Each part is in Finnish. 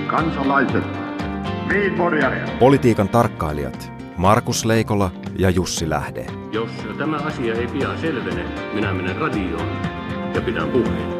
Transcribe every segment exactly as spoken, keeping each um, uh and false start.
kansalaiset, politiikan tarkkailijat Markus Leikola ja Jussi Lähde. Jos tämä asia ei pian selvene, minä menen radioon ja pidän puheen.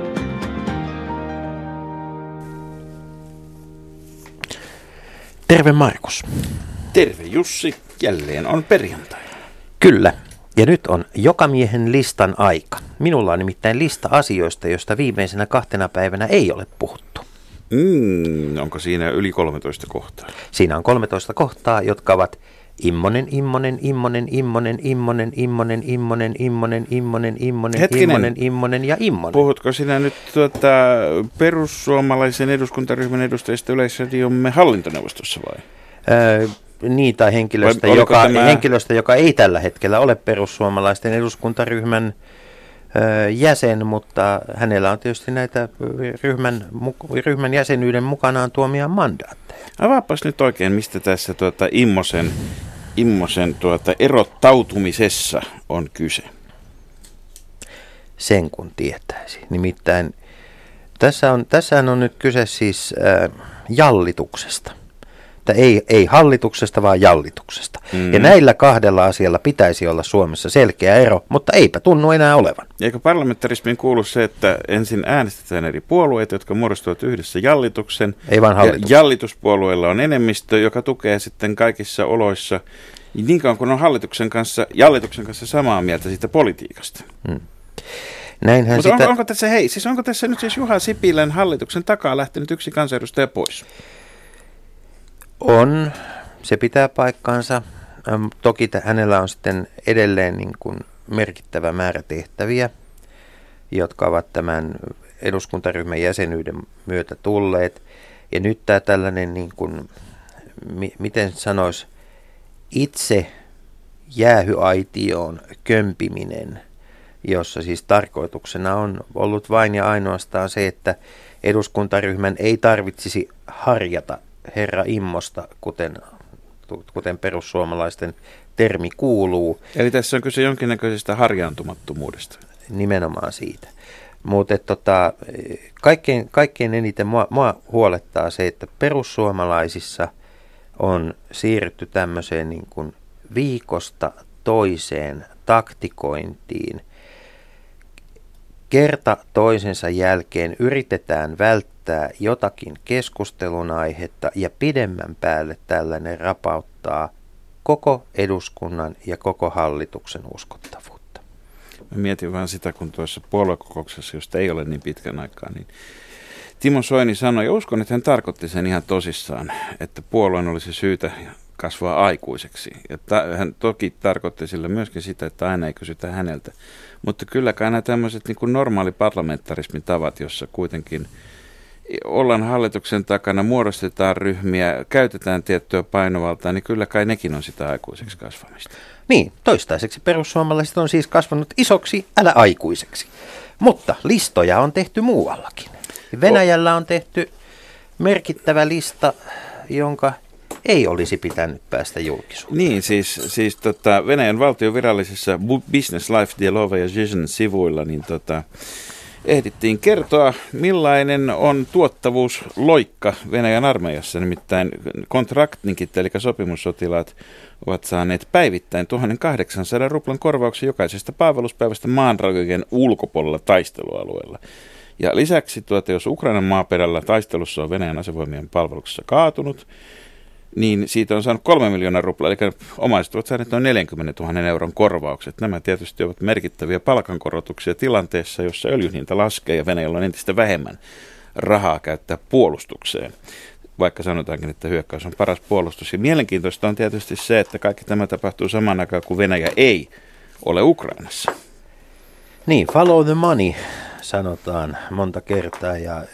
Terve Markus. Terve Jussi, jälleen on perjantai. Kyllä, ja nyt on jokamiehen listan aika. Minulla on nimittäin lista asioista, joista viimeisenä kahtena päivänä ei ole puhuttu. Mm, onko siinä yli kolmetoista kohtaa? Siinä on kolmetoista kohtaa, jotka ovat Immonen, Immonen, Immonen, Immonen, Immonen, Immonen, Immonen, Immonen, Immonen, Immonen, Hetkinen. Immonen, Immonen ja Immonen. Puhutko sinä nyt tuota, perussuomalaisen eduskuntaryhmän edustajista Yleisradiomme hallintoneuvostossa vai? Öö, niin, tai henkilöstä joka, tämä... henkilöstä, joka ei tällä hetkellä ole perussuomalaisten eduskuntaryhmän öö, jäsen, mutta hänellä on tietysti näitä ryhmän, ryhmän jäsenyyden mukanaan tuomia mandaatteja. Avaapas nyt oikein, mistä tässä tuota, Immosen, Immosen tuota, erottautumisessa on kyse. Sen kun tietäisi. Nimittäin tässä on, tässähän on nyt kyse siis äh, jallituksesta. Ei, ei hallituksesta, vaan jallituksesta. Mm. Ja näillä kahdella asialla pitäisi olla Suomessa selkeä ero, mutta eipä tunnu enää olevan. Eikö parlamentarismiin kuulu se, että ensin äänestetään eri puolueita, jotka muodostuvat yhdessäjallituksen. Ei vaan hallituksen. Ja jallituspuolueilla on enemmistö, joka tukee sitten kaikissa oloissa, niin kauan kuin on hallituksen kanssa, jallituksen kanssa samaa mieltä siitä politiikasta. Mm. Näinhän mutta sitä... onko, onko, tässä, hei, siis onko tässä nyt siis Juha Sipilän hallituksen takaa lähtenyt yksi kansanedustaja pois? On, se pitää paikkaansa. Ähm, toki t- hänellä on sitten edelleen niin kuin merkittävä määrä tehtäviä, jotka ovat tämän eduskuntaryhmän jäsenyyden myötä tulleet. Ja nyt tämä tällainen, niin kuin, mi- miten sanoisi, itse jäähyaitioon kömpiminen, jossa siis tarkoituksena on ollut vain ja ainoastaan se, että eduskuntaryhmän ei tarvitsisi harjata herra Immosta, kuten, kuten perussuomalaisten termi kuuluu. Eli tässä on kyse jonkinnäköisestä harjaantumattomuudesta. Nimenomaan siitä. Mutta tota, kaikkein, kaikkein eniten mua, mua huolettaa se, että perussuomalaisissa on siirrytty tämmöiseen niin kuin viikosta toiseen taktikointiin. Kerta toisensa jälkeen yritetään välttää jotakin keskustelun aihetta ja pidemmän päälle tällainen rapauttaa koko eduskunnan ja koko hallituksen uskottavuutta. Mä mietin vaan sitä, kun tuossa puoluekokouksessa, josta ei ole niin pitkän aikaa, niin Timo Soini sanoi, ja uskon, että hän tarkoitti sen ihan tosissaan, että puolueen olisi syytä kasvaa aikuiseksi. Ja ta- hän toki tarkoitti sillä myöskin sitä, että aina ei kysytä häneltä. Mutta kylläkään nämä tämmöiset niin kuin normaali parlamentarismin tavat, jossa kuitenkin ollaan hallituksen takana, muodostetaan ryhmiä, käytetään tiettyä painovaltaa, niin kyllä kai nekin on sitä aikuiseksi kasvamista. Niin, toistaiseksi perussuomalaiset on siis kasvanut isoksi, älä aikuiseksi. Mutta listoja on tehty muuallakin. Venäjällä on tehty merkittävä lista, jonka ei olisi pitänyt päästä julkisuuteen. Niin, siis, siis tota, Venäjän valtion virallisissa Business Life Dialova ja Zhizhen sivuilla niin tota, ehdittiin kertoa, millainen on tuottavuusloikka Venäjän armeijassa. Nimittäin kontraktnikit, eli sopimussotilaat, ovat saaneet päivittäin tuhatkahdeksansataa ruplan korvauksen jokaisesta palveluspäivästä maanrajojen ulkopuolella taistelualueella. Ja lisäksi, tuota, jos Ukrainan maaperällä taistelussa on Venäjän asevoimien palveluksessa kaatunut, niin siitä on saanut kolme miljoonaa ruplaa, eli omaiset ovat saaneet noin neljäkymmentätuhatta euron korvaukset. Nämä tietysti ovat merkittäviä palkankorotuksia tilanteessa, jossa öljyn hinta laskee ja Venäjällä on entistä vähemmän rahaa käyttää puolustukseen, vaikka sanotaankin, että hyökkäys on paras puolustus. Ja mielenkiintoista on tietysti se, että kaikki tämä tapahtuu saman aikaan, kun Venäjä ei ole Ukrainassa. Niin, follow the money, sanotaan monta kertaa, ja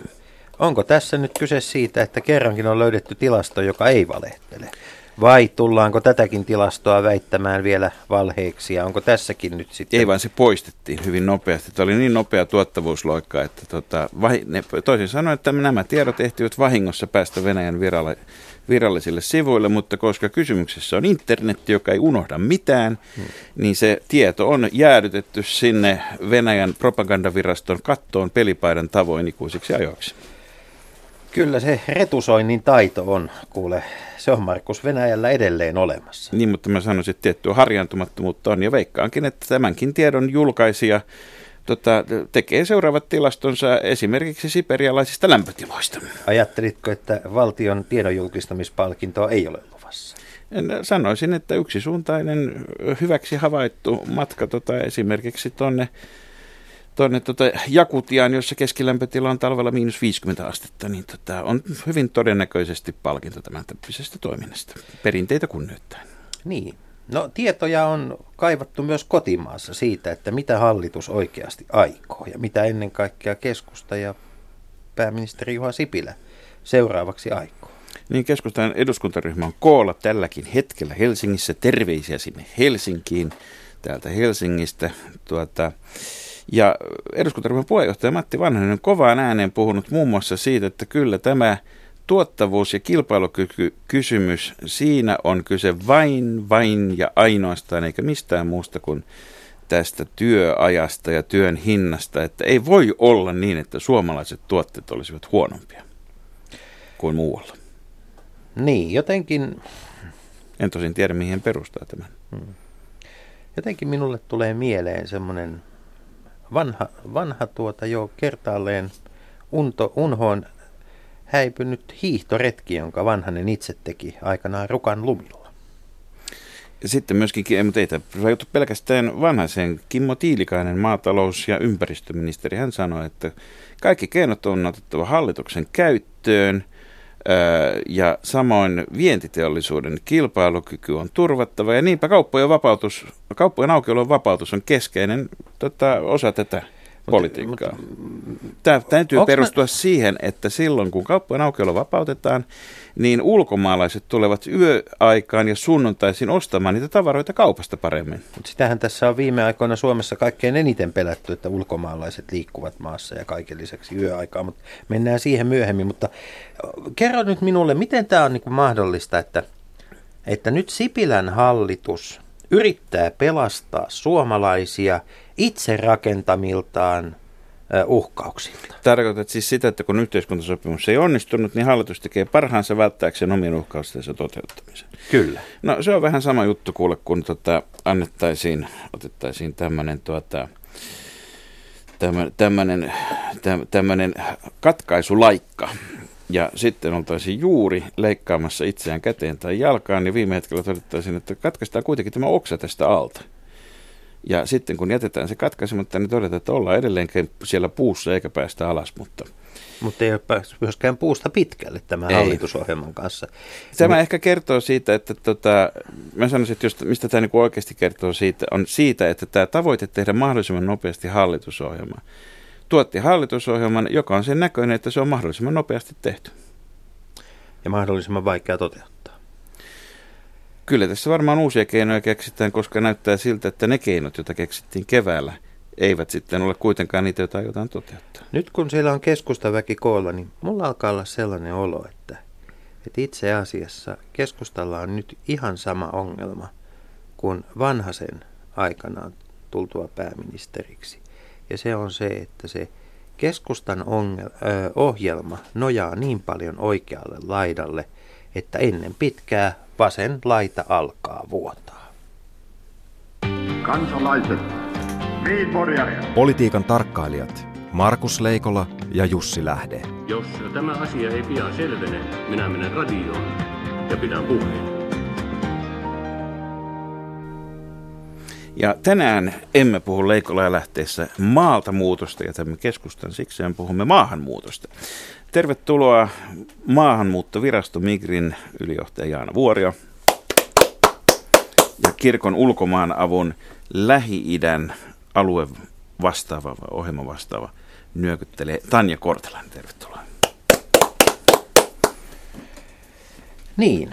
onko tässä nyt kyse siitä, että kerrankin on löydetty tilasto, joka ei valehtele? Vai tullaanko tätäkin tilastoa väittämään vielä valheiksi, ja onko tässäkin nyt sitten... Ei vaan se poistettiin hyvin nopeasti. Tämä oli niin nopea tuottavuusloikka, että tota, vahi, ne, toisin sanoen, että nämä tiedot ehtivät vahingossa päästä Venäjän viralle, virallisille sivuille, mutta koska kysymyksessä on internet, joka ei unohda mitään, hmm. niin se tieto on jäädytetty sinne Venäjän propagandaviraston kattoon pelipaidan tavoin ikuisiksi ajoiksi. Kyllä se retusoinnin taito on, kuule, se on Markus Venäjällä edelleen olemassa. Niin, mutta mä sanoisin, että tiettyä harjaantumattomuutta on, ja veikkaankin, että tämänkin tiedon julkaisija tota, tekee seuraavat tilastonsa esimerkiksi siperialaisista lämpötiloista. Ajattelitko, että valtion tiedonjulkistamispalkintoa ei ole luvassa? Sanoisin, että yksisuuntainen hyväksi havaittu matka tota, esimerkiksi tuonne Tuonne tuota Jakutiaan, jossa keskilämpötila on talvella miinus viisikymmentä astetta, niin tota, on hyvin todennäköisesti palkinto tämän tyyppisestä toiminnasta, perinteitä kunnioittaen. Niin. No tietoja on kaivattu myös kotimaassa siitä, että mitä hallitus oikeasti aikoo ja mitä ennen kaikkea keskusta ja pääministeri Juha Sipilä seuraavaksi aikoo. Niin, keskustan eduskuntaryhmä on koolla tälläkin hetkellä Helsingissä. Terveisiä sinne Helsinkiin, täältä Helsingistä. Tuota, Ja eduskuntaryhmän puheenjohtaja Matti Vanhanen on kovaan ääneen puhunut muun muassa siitä, että kyllä tämä tuottavuus- ja kilpailukykykysymys, siinä on kyse vain, vain ja ainoastaan, eikä mistään muusta kuin tästä työajasta ja työn hinnasta, että ei voi olla niin, että suomalaiset tuotteet olisivat huonompia kuin muualla. Niin, jotenkin... En tosin tiedä, mihin perustaa tämän. Hmm. Jotenkin minulle tulee mieleen semmoinen vanha, vanha tuota jo kertaalleen unto, unhoon häipynyt hiihtoretki, jonka Vanhanen itse teki aikanaan Rukan lumilla. Ja sitten myöskin, mutta ei tämä rajoitu pelkästään Vanhasen, Kimmo Tiilikainen, maatalous- ja ympäristöministeri, hän sanoi, että kaikki keinot on otettava hallituksen käyttöön ja samoin vientiteollisuuden kilpailukyky on turvattava ja niinpä kauppojen, vapautus, kauppojen aukiolon vapautus on keskeinen tota, osa tätä politiikkaa. Tämä täytyy perustua mä... siihen, että silloin kun kauppojen aukiolo vapautetaan, niin ulkomaalaiset tulevat yöaikaan ja sunnuntaisin ostamaan niitä tavaroita kaupasta paremmin. Sitähän tässä on viime aikoina Suomessa kaikkein eniten pelätty, että ulkomaalaiset liikkuvat maassa ja kaiken lisäksi yöaikaa, mutta mennään siihen myöhemmin. Mutta kerro nyt minulle, miten tämä on niin kuin mahdollista, että, että nyt Sipilän hallitus yrittää pelastaa suomalaisia itse rakentamiltaan uhkauksilta. Tarkoitat siis sitä, että kun yhteiskuntasopimus ei onnistunut, niin hallitus tekee parhaansa välttääkseen omien uhkaustensa toteuttamisen. Kyllä. No se on vähän sama juttu kuule, kun tota, annettaisiin, otettaisiin tämmöinen tuota, tämmöinen, tämmöinen katkaisulaikka. Ja sitten oltaisiin juuri leikkaamassa itseään käteen tai jalkaan, ja viime hetkellä todettaisiin, että katkaistaan kuitenkin tämä oksa tästä alta. Ja sitten kun jätetään se katkaisematta, niin todetaan, että ollaan edelleenkin siellä puussa eikä päästä alas. Mutta Mutta ei ole päässyt myöskään puusta pitkälle tämän ei. hallitusohjelman kanssa. Tämä no. ehkä kertoo siitä, että tota, mä sanoisin, että just, mistä tämä niinku oikeasti kertoo siitä, on siitä, että tämä tavoite tehdä mahdollisimman nopeasti hallitusohjelma tuotti hallitusohjelman, joka on sen näköinen, että se on mahdollisimman nopeasti tehty. Ja mahdollisimman vaikea toteuttaa. Kyllä tässä varmaan uusia keinoja keksitään, koska näyttää siltä, että ne keinot, joita keksittiin keväällä, eivät sitten ole kuitenkaan niitä, joita aiotaan toteuttaa. Nyt kun siellä on keskustaväki koolla, niin mulla alkaa olla sellainen olo, että, että itse asiassa keskustalla on nyt ihan sama ongelma kuin Vanhasen aikanaan tultua pääministeriksi. Ja se on se, että se keskustan ongel- ö, ohjelma nojaa niin paljon oikealle laidalle, että ennen pitkää vasen laita alkaa vuotaa. Kansalaiset, politiikan tarkkailijat Markus Leikola ja Jussi Lähde. Jos tämä asia ei pian selvene, minä menen radioon ja pidän puheen. Ja tänään emme puhu Leikola ja Lähteessä maalta muutosta, ja tämän keskustan siksi puhumme maahanmuutosta. Tervetuloa Maahanmuuttovirasto Migrin ylijohtaja Jaana Vuorio ja kirkon ulkomaanavun Lähi-idän alue vastaava, ohjelma vastaava nyökyttelee Tanja Kortelainen. Tervetuloa. Niin,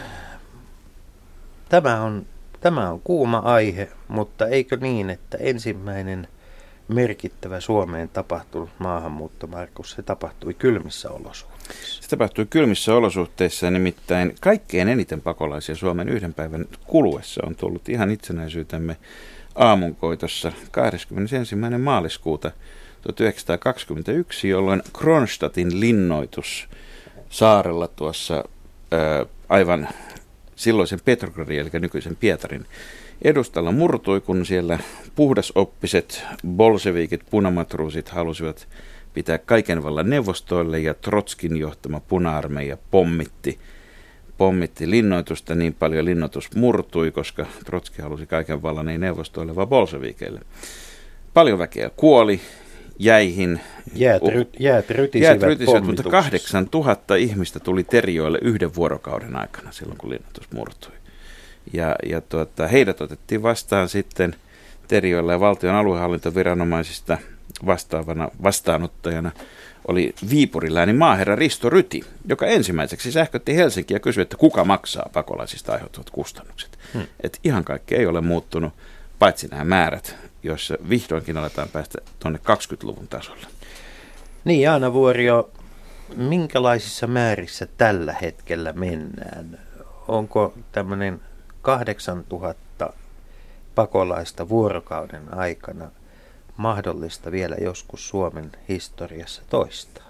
tämä on, tämä on kuuma aihe, mutta eikö niin, että ensimmäinen merkittävä Suomeen tapahtunut maahanmuutto, Markus, se tapahtui kylmissä olosuhteissa. Se tapahtui kylmissä olosuhteissa, nimittäin kaikkein eniten pakolaisia Suomen yhden päivän kuluessa on tullut ihan itsenäisyytemme aamunkoitossa kahdeskymmenesensimmäinen maaliskuuta tuhatyhdeksänsataakaksikymmentäyksi, jolloin Kronstadtin linnoitus saarella tuossa ää, aivan silloisen Petrogradin, eli nykyisen Pietarin edustalla murtui, kun siellä puhdasoppiset bolshevikit, punamatruusit halusivat pitää kaiken vallan neuvostoille ja Trotskin johtama puna-armeija pommitti, pommitti linnoitusta niin paljon, linnoitus murtui, koska Trotski halusi kaiken vallan ei neuvostoille, vaan bolshevikeille. Paljon väkeä kuoli jäihin. Jäät, ry, jäät rytisivät, jäät rytisivät mutta kahdeksantuhatta ihmistä tuli Terijoelle yhden vuorokauden aikana silloin, kun linnoitus murtui. Ja, ja tuota, heidät otettiin vastaan sitten Terijoella ja valtion aluehallintoviranomaisista vastaavana vastaanottajana oli Viipuriläänin maaherra Risto Ryti, joka ensimmäiseksi sähkötti Helsinkiä ja kysyi, että kuka maksaa pakolaisista aiheutuvat kustannukset. Hmm. Että ihan kaikki ei ole muuttunut, paitsi nämä määrät, joissa vihdoinkin aletaan päästä tuonne kaksikymmentäluvun tasolle. Niin, Jaana Vuorio, minkälaisissa määrissä tällä hetkellä mennään? Onko tämmöinen kahdeksantuhatta pakolaista vuorokauden aikana mahdollista vielä joskus Suomen historiassa toistaa?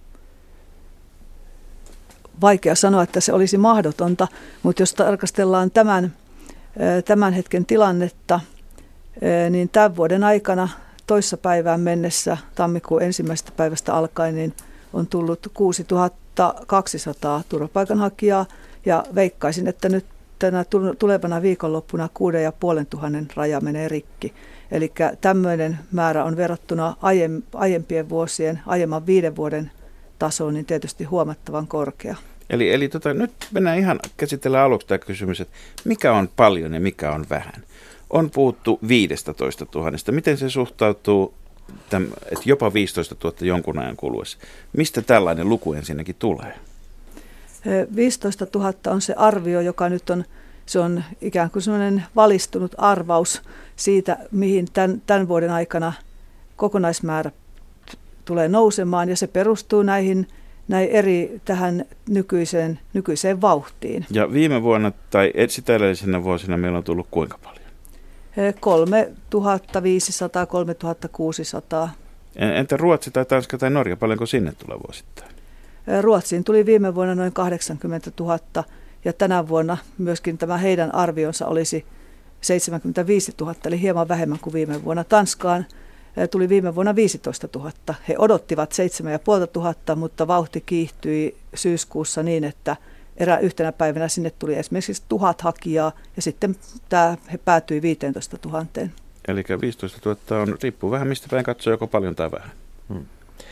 Vaikea sanoa, että se olisi mahdotonta, mutta jos tarkastellaan tämän, tämän hetken tilannetta, niin tämän vuoden aikana toissapäivään mennessä tammikuun ensimmäisestä päivästä alkaen niin on tullut kuusituhatta kaksisataa turvapaikanhakijaa ja veikkaisin, että nyt tänä tulevana viikonloppuna kuuden ja puolen tuhannen raja menee rikki. Eli tämmöinen määrä on verrattuna aiempien vuosien, aiemman viiden vuoden tasoon, niin tietysti huomattavan korkea. Eli, eli tota, nyt mennään ihan käsitellään aluksi tämä kysymys, että mikä on paljon ja mikä on vähän. On puhuttu viisitoista tuhatta. Miten se suhtautuu, täm, että jopa viisitoista tuhatta jonkun ajan kuluessa? Mistä tällainen luku ensinnäkin tulee? viisitoista tuhatta on se arvio, joka nyt on, se on ikään kuin sellainen valistunut arvaus siitä, mihin tämän, tämän vuoden aikana kokonaismäärä tulee nousemaan, ja se perustuu näihin, näihin eri tähän nykyiseen, nykyiseen vauhtiin. Ja viime vuonna tai sitä edellisenä vuosina meillä on tullut kuinka paljon? kolmetuhatta viisisataa, kolmetuhatta kuusisataa. Entä Ruotsi tai Tanska tai Norja, paljonko sinne tulee vuosittain? Ruotsiin tuli viime vuonna noin kahdeksankymmentätuhatta ja tänä vuonna myöskin tämä heidän arvionsa olisi seitsemänkymmentäviisituhatta, eli hieman vähemmän kuin viime vuonna. Tanskaan tuli viime vuonna viisitoistatuhatta. He odottivat seitsemäntuhatta, mutta vauhti kiihtyi syyskuussa niin, että erä yhtenä päivänä sinne tuli esimerkiksi tuhat hakijaa ja sitten tämä, he päätyi viisitoistatuhatta. Eli viisitoistatuhatta on, riippuu vähän mistä päin katsoo, joko paljon tai vähän. Hmm.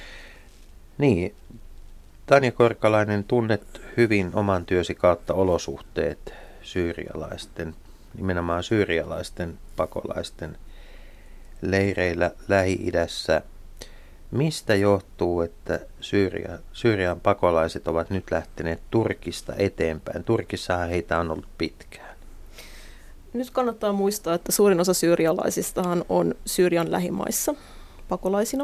Niin, Tanja Korkalainen, tunnet hyvin oman työsi kautta olosuhteet syyrialaisten, nimenomaan syyrialaisten pakolaisten leireillä Lähi-idässä. Mistä johtuu, että Syyria, Syyrian pakolaiset ovat nyt lähteneet Turkista eteenpäin? Turkissahan heitä on ollut pitkään. Nyt kannattaa muistaa, että suurin osa syyrialaisistahan on Syyrian lähimaissa pakolaisina.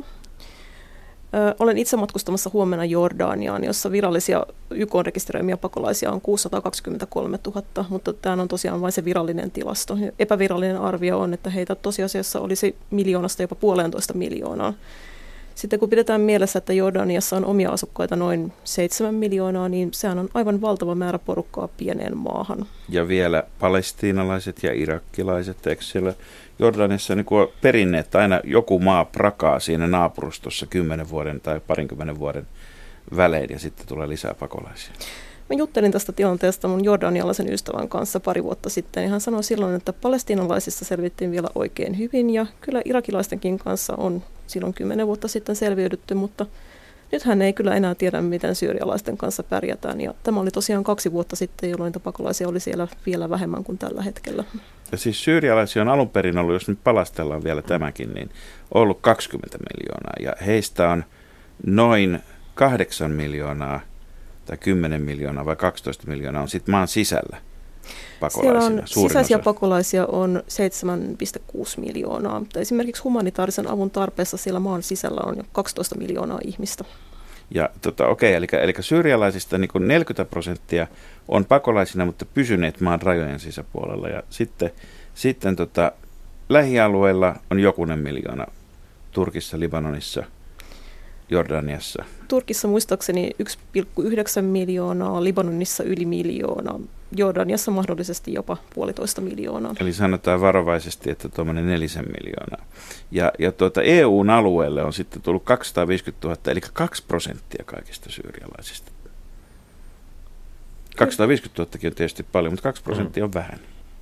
Ö, olen itse matkustamassa huomenna Jordaniaan, jossa virallisia Y K:n rekisteröimiä pakolaisia on kuusisataakaksikymmentäkolmetuhatta, mutta tämä on tosiaan vain se virallinen tilasto. Epävirallinen arvio on, että heitä tosiasiassa olisi miljoonasta jopa puolentoista miljoonaa. Sitten kun pidetään mielessä, että Jordaniassa on omia asukkaita noin seitsemän miljoonaa, niin sehän on aivan valtava määrä porukkaa pieneen maahan. Ja vielä palestiinalaiset ja irakkilaiset, eikö siellä Jordaniassa niin kuin perinne, että aina joku maa prakaa siinä naapurustossa kymmenen vuoden tai parinkymmenen vuoden välein ja sitten tulee lisää pakolaisia? Mä juttelin tästä tilanteesta mun jordanialaisen ystävän kanssa pari vuotta sitten, ja hän sanoi silloin, että palestiinalaisista selvittiin vielä oikein hyvin, ja kyllä irakilaistenkin kanssa on silloin kymmenen vuotta sitten selviydytty, mutta nyt hän ei kyllä enää tiedä, miten syyrialaisten kanssa pärjätään, ja tämä oli tosiaan kaksi vuotta sitten, jolloin pakolaisia oli siellä vielä vähemmän kuin tällä hetkellä. Ja siis syyrialaisia on alun perin ollut, jos nyt palastellaan vielä tämäkin, niin ollut kaksikymmentä miljoonaa, ja heistä on noin kahdeksan miljoonaa, tai kymmenen miljoonaa vai kaksitoista miljoonaa on sitten maan sisällä pakolaisina. Siellä on sisäisiä osa. Pakolaisia on seitsemän pilkku kuusi miljoonaa. Mutta esimerkiksi humanitaarisen avun tarpeessa siellä maan sisällä on jo kaksitoista miljoonaa ihmistä. Ja tota, okei, okay, eli, eli syyrialaisista niin kuin neljäkymmentä prosenttia on pakolaisina, mutta pysyneet maan rajojen sisäpuolella. Ja sitten, sitten tota, lähialueilla on jokunen miljoona Turkissa, Libanonissa, Jordaniassa? Turkissa muistaakseni yksi pilkku yhdeksän miljoonaa, Libanonissa yli miljoona, Jordaniassa mahdollisesti jopa puolitoista miljoonaa. Eli sanotaan varovaisesti, että tuommoinen nelisen miljoonaa. Ja, ja tuota E U:n alueelle on sitten tullut kaksisataaviisikymmentätuhatta, eli kaksi prosenttia kaikista syyrialaisista. kaksisataaviisikymmentätuhatta on tietysti paljon, mutta kaksi prosenttia on vähän.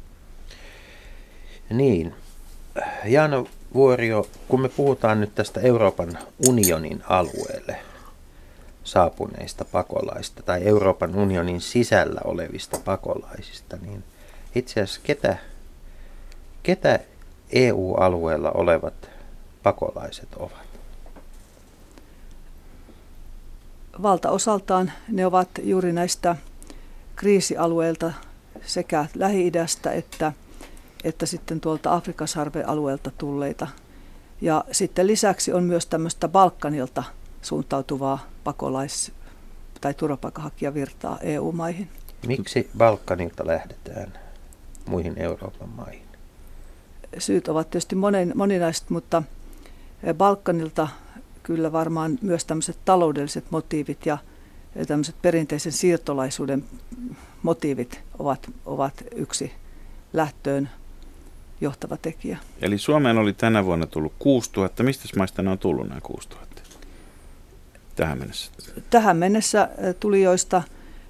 Niin. Jaana Vuorio, kun me puhutaan nyt tästä Euroopan unionin alueelle saapuneista pakolaista tai Euroopan unionin sisällä olevista pakolaisista, niin itse asiassa ketä, ketä E U-alueella olevat pakolaiset ovat? Valtaosaltaan ne ovat juuri näistä kriisialueilta sekä Lähi-idästä että, että sitten tuolta Afrikan sarven alueelta tulleita. Ja sitten lisäksi on myös tämmöistä Balkanilta suuntautuvaa pakolais- tai turvapaikanhakijavirtaa E U-maihin. Miksi Balkanilta lähdetään muihin Euroopan maihin? Syyt ovat tietysti monen, moninaiset, mutta Balkanilta kyllä varmaan myös tämmöiset taloudelliset motiivit ja tämmöiset perinteisen siirtolaisuuden motiivit ovat, ovat yksi lähtöön johtava tekijä. Eli Suomeen oli tänä vuonna tullut kuusituhatta. Mistä maista ne on tullut nämä kuusituhatta tähän mennessä? Tähän mennessä tulijoista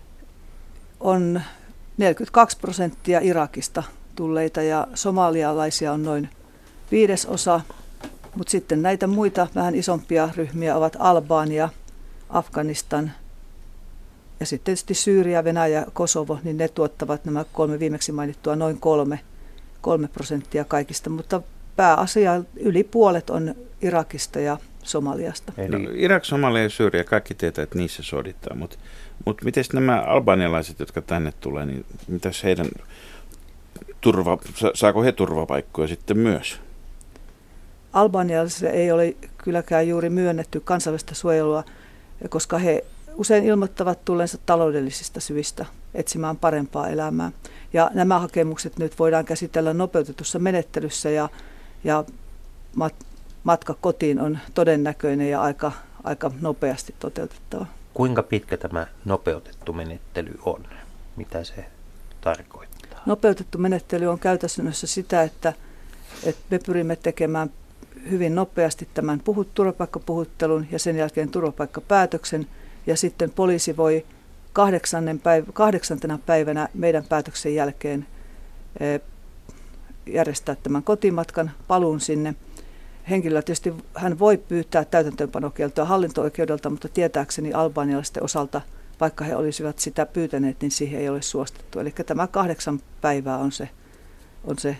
on neljäkymmentäkaksi prosenttia Irakista tulleita ja somalialaisia on noin viidesosa. Mutta sitten näitä muita vähän isompia ryhmiä ovat Albania, Afganistan ja sitten tietysti Syyria, Venäjä, Kosovo, niin ne tuottavat nämä kolme viimeksi mainittua noin kolme, kolme prosenttia kaikista, mutta pääasia yli puolet on Irakista ja Somaliasta. No, Irak, Somalia ja Syyria, kaikki tietää, että niissä soditaan, mutta mut miten nämä albanialaiset, jotka tänne tulee, niin mitäs heidän turva, saako he turvapaikkoja sitten myös? Albanialaisille ei ole kylläkään juuri myönnetty kansainvälistä suojelua, koska he usein ilmoittavat tulleensa taloudellisista syistä etsimään parempaa elämää. Ja nämä hakemukset nyt voidaan käsitellä nopeutetussa menettelyssä ja, ja mat- matka kotiin on todennäköinen ja aika, aika nopeasti toteutettava. Kuinka pitkä tämä nopeutettu menettely on? Mitä se tarkoittaa? Nopeutettu menettely on käytännössä sitä, että, että me pyrimme tekemään hyvin nopeasti tämän puhut, turvapaikkapuhuttelun ja sen jälkeen turvapaikkapäätöksen. Ja sitten poliisi voi päiv- kahdeksantena päivänä meidän päätöksen jälkeen e, järjestää tämän kotimatkan paluun sinne. Henkilöllä tietysti hän voi pyytää täytäntöönpanokieltoa hallinto-oikeudelta, mutta tietääkseni albanialaisten osalta, vaikka he olisivat sitä pyytäneet, niin siihen ei ole suostettu. Eli tämä kahdeksan päivää on se, on se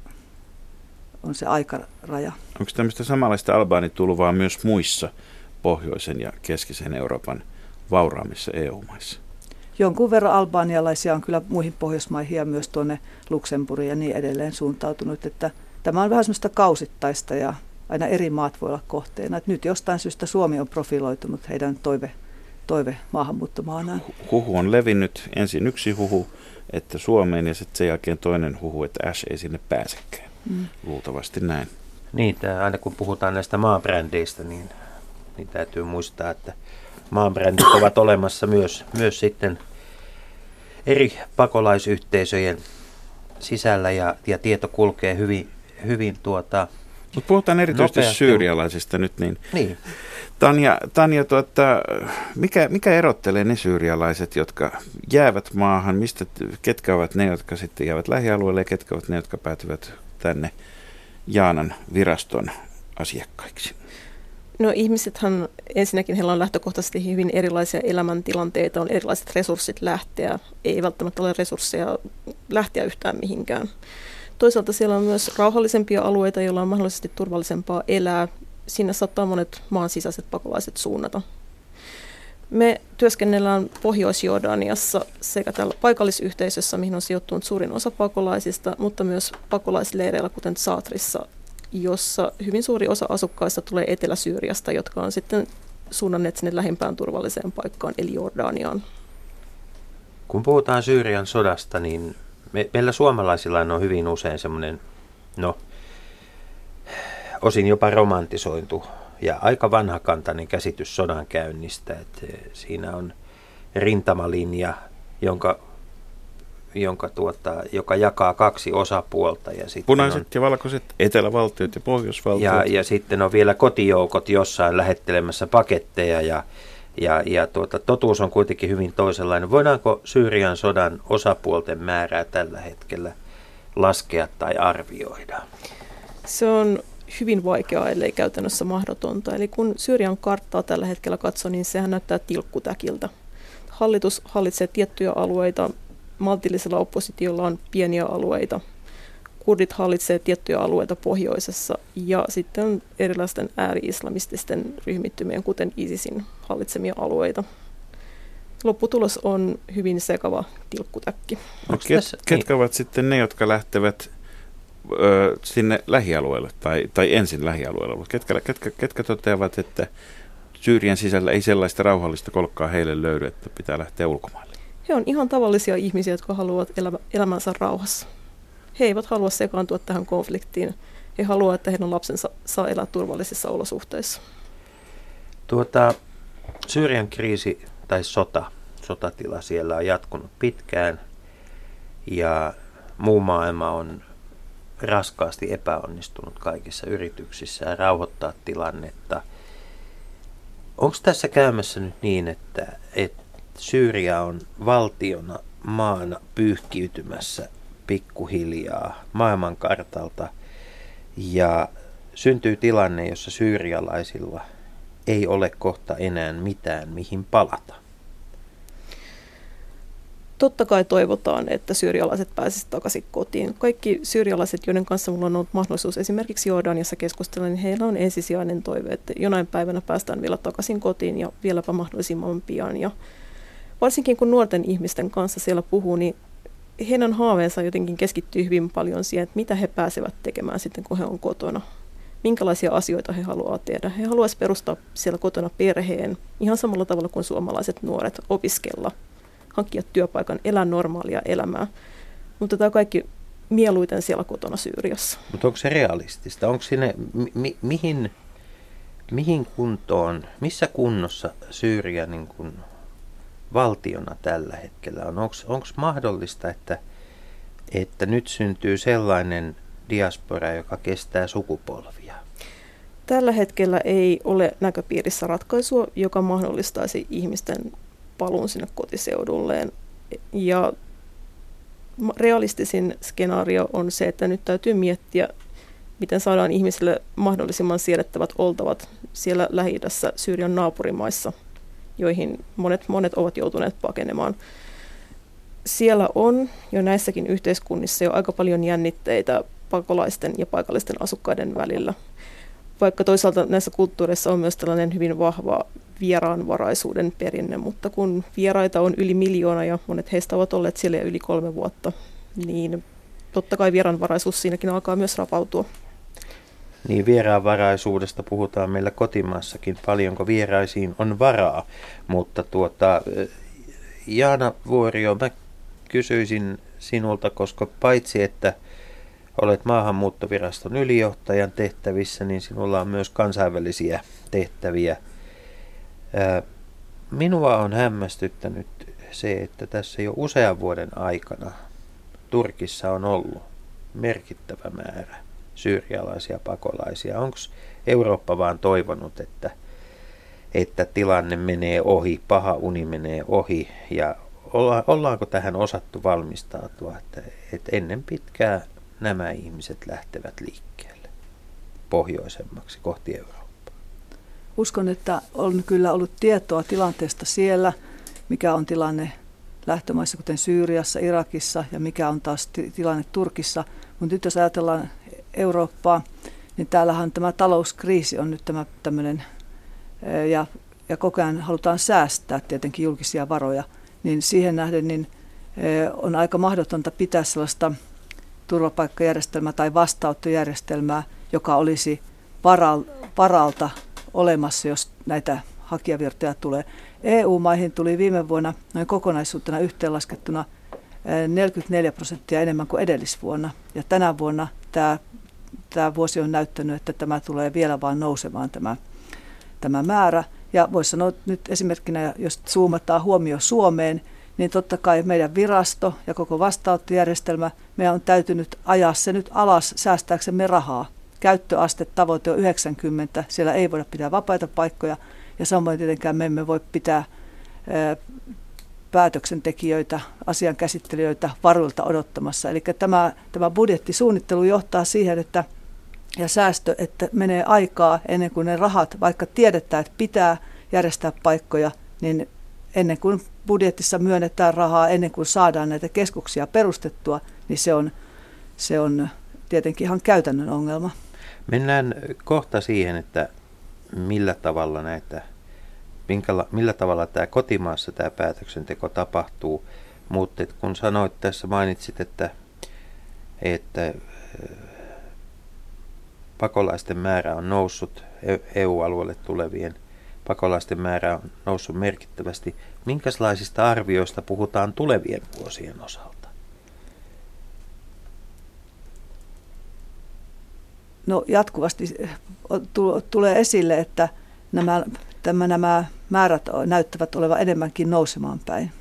on se aikaraja. Onko tämmöistä samanlaista albaanitulvaa myös muissa pohjoisen ja keskisen Euroopan vauraamissa E U-maissa? Jonkun verran albaanialaisia on kyllä muihin Pohjoismaihin ja myös tuonne Luxemburgiin ja niin edelleen suuntautunut. Että tämä on vähän semmoista kausittaista ja aina eri maat voi olla kohteena. Että nyt jostain syystä Suomi on profiloitunut heidän toive, toive maahanmuuttomaanaan. Huhu on levinnyt. Ensin yksi huhu, että Suomeen ja sitten sen jälkeen toinen huhu, että Ash ei sinne pääsekään. Mm. Luultavasti näin. Niin, tämä, aina kun puhutaan näistä maabrändeistä, niin, niin täytyy muistaa, että maabrändit ovat olemassa myös, myös sitten eri pakolaisyhteisöjen sisällä ja, ja tieto kulkee hyvin, hyvin tuota, mutta puhutaan erityisesti nopeasti syyrialaisista nyt. Niin. niin. Tanja, Tanja tuota, mikä, mikä erottelee ne syyrialaiset, jotka jäävät maahan? Mistä, ketkä ovat ne, jotka sitten jäävät lähialueelle ja ketkä ovat ne, jotka päätyvät tänne Jaanan viraston asiakkaiksi? No ihmisethän ensinnäkin heillä on lähtökohtaisesti hyvin erilaisia elämäntilanteita, on erilaiset resurssit lähteä, ei välttämättä ole resursseja lähteä yhtään mihinkään. Toisaalta siellä on myös rauhallisempia alueita, joilla on mahdollisesti turvallisempaa elää. Sinne saattaa monet maan sisäiset pakolaiset suunnata. Me työskennellään Pohjois-Jordaniassa sekä täällä paikallisyhteisössä, mihin on sijoittunut suurin osa pakolaisista, mutta myös pakolaisleireillä, kuten Saatrissa, jossa hyvin suuri osa asukkaista tulee Etelä-Syyriasta, jotka on sitten suunnanneet sinne lähimpään turvalliseen paikkaan, eli Jordaniaan. Kun puhutaan Syyrian sodasta, niin me, meillä suomalaisilla on hyvin usein semmoinen no, osin jopa romantisointu ja aika vanhakantainen käsitys sodankäynnistä. Että siinä on rintamalinja, jonka, jonka tuota, joka jakaa kaksi osapuolta. Ja punaiset on, ja valkoiset etelävaltiot ja pohjoisvaltiot. Ja, ja sitten on vielä kotijoukot jossain lähettelemässä paketteja ja, ja, ja tuota, totuus on kuitenkin hyvin toisenlainen. Voidaanko Syyrian sodan osapuolten määrää tällä hetkellä laskea tai arvioida? Se on hyvin vaikeaa, ellei käytännössä mahdotonta. Eli kun Syyrian karttaa tällä hetkellä katsoo, niin sehän näyttää tilkkutäkiltä. Hallitus hallitsee tiettyjä alueita, maltillisella oppositiolla on pieniä alueita, kurdit hallitsee tiettyjä alueita pohjoisessa ja sitten on erilaisten ääri-islamististen ryhmittymien, kuten ISISin hallitsemia alueita. Lopputulos on hyvin sekava tilkkutäkki. No, ket, ketkä ovat sitten ne, jotka lähtevät ö, sinne lähialueelle tai, tai ensin lähialueelle? Ketkä, ketkä, ketkä toteavat, että Syyrian sisällä ei sellaista rauhallista kolkkaa heille löydy, että pitää lähteä ulkomaille? He on ihan tavallisia ihmisiä, jotka haluavat elämä, elämänsä rauhassa. He eivät halua sekaantua tähän konfliktiin. He haluavat, että heidän lapsensa saa elää turvallisissa olosuhteissa. Tuota, Syyrian kriisi tai sota, sotatila siellä on jatkunut pitkään ja muu maailma on raskaasti epäonnistunut kaikissa yrityksissä rauhoittaa tilannetta. Onko tässä käymässä nyt niin, että, että Syyria on valtiona maana pyyhkiytymässä pikkuhiljaa maailmankartalta ja syntyy tilanne, jossa syyrialaisilla ei ole kohta enää mitään, mihin palata? Totta kai toivotaan, että syyrialaiset pääsisivät takaisin kotiin. Kaikki syyrialaiset, joiden kanssa minulla on ollut mahdollisuus esimerkiksi Jordaniassa keskustella, niin heillä on ensisijainen toive, että jonain päivänä päästään vielä takaisin kotiin ja vieläpä mahdollisimman pian. Ja varsinkin kun nuorten ihmisten kanssa siellä puhuu, niin heidän haaveensa jotenkin keskittyy hyvin paljon siihen, että mitä he pääsevät tekemään sitten, kun he on kotona. Minkälaisia asioita he haluavat tehdä. He haluaisivat perustaa siellä kotona perheen ihan samalla tavalla kuin suomalaiset nuoret, opiskella, hankkia työpaikan, elää normaalia elämää. Mutta tämä kaikki mieluiten siellä kotona Syyriassa. Mutta onko se realistista? Onko sinne, mi, mihin, mihin kuntoon, missä kunnossa Syyria niin kuin valtiona tällä hetkellä on? Onko mahdollista, että, että nyt syntyy sellainen diaspora, joka kestää sukupolvia? Tällä hetkellä ei ole näköpiirissä ratkaisua, joka mahdollistaisi ihmisten paluun sinne kotiseudulleen. Ja realistisin skenaario on se, että nyt täytyy miettiä, miten saadaan ihmisille mahdollisimman siedettävät oltavat siellä Lähi-idässä Syyrian naapurimaissa, joihin monet, monet ovat joutuneet pakenemaan. Siellä on jo näissäkin yhteiskunnissa jo aika paljon jännitteitä pakolaisten ja paikallisten asukkaiden välillä. Vaikka toisaalta näissä kulttuureissa on myös tällainen hyvin vahva vieraanvaraisuuden perinne, mutta kun vieraita on yli miljoona ja monet heistä ovat olleet siellä yli kolme vuotta, niin totta kai vieraanvaraisuus siinäkin alkaa myös rapautua. Niin, vieraanvaraisuudesta puhutaan meillä kotimaassakin, paljonko vieraisiin on varaa, mutta tuota, Jaana Vuorio, mä kysyisin sinulta, koska paitsi että olet maahanmuuttoviraston ylijohtajan tehtävissä, niin sinulla on myös kansainvälisiä tehtäviä. Minua on hämmästyttänyt se, että tässä jo usean vuoden aikana Turkissa on ollut merkittävä määrä syyrialaisia pakolaisia. Onko Eurooppa vaan toivonut, että, että tilanne menee ohi, paha uni menee ohi ja olla, ollaanko tähän osattu valmistautua, että, että ennen pitkää nämä ihmiset lähtevät liikkeelle pohjoisemmaksi kohti Eurooppaa? Uskon, että on kyllä ollut tietoa tilanteesta siellä, mikä on tilanne lähtömaissa, kuten Syyriassa, Irakissa ja mikä on taas tilanne Turkissa. Mutta nyt jos ajatellaan Eurooppaa, niin täällähän tämä talouskriisi on nyt tämä tämmöinen, ja, ja koko ajan halutaan säästää tietenkin julkisia varoja, niin siihen nähden niin on aika mahdotonta pitää sellaista turvapaikkajärjestelmää tai vastaanottojärjestelmää, joka olisi varalta olemassa, jos näitä hakijavirtoja tulee. E U-maihin tuli viime vuonna noin kokonaisuutena yhteenlaskettuna neljäkymmentäneljä prosenttia enemmän kuin edellisvuonna. Ja tänä vuonna tämä tämä vuosi on näyttänyt, että tämä tulee vielä vaan nousemaan tämä, tämä määrä. Ja voisi sanoa nyt esimerkkinä, jos zoomataan huomio Suomeen, niin totta kai meidän virasto ja koko vastaanottojärjestelmä, meidän on täytynyt ajaa se nyt alas säästääksemme rahaa. Käyttöaste tavoite on yhdeksänkymmentä, siellä ei voida pitää vapaita paikkoja ja samoin tietenkään me emme voi pitää ää, päätöksentekijöitä, asian käsittelijöitä varuilta odottamassa. Eli tämä, tämä budjettisuunnittelu johtaa siihen, että ja säästö, että menee aikaa ennen kuin ne rahat, vaikka tiedetään, että pitää järjestää paikkoja, niin ennen kuin budjetissa myönnetään rahaa, ennen kuin saadaan näitä keskuksia perustettua, niin se on, se on tietenkin ihan käytännön ongelma. Mennään kohta siihen, että millä tavalla näitä, minkäla, millä tavalla tämä kotimaassa tämä päätöksenteko tapahtuu, mutta kun sanoit tässä, mainitsit, että, että pakolaisten määrä on noussut, E U-alueelle tulevien pakolaisten määrä on noussut merkittävästi. Minkälaisista arvioista puhutaan tulevien vuosien osalta? No jatkuvasti tulee esille, että nämä, tämä, nämä määrät näyttävät olevan enemmänkin nousemaan päin.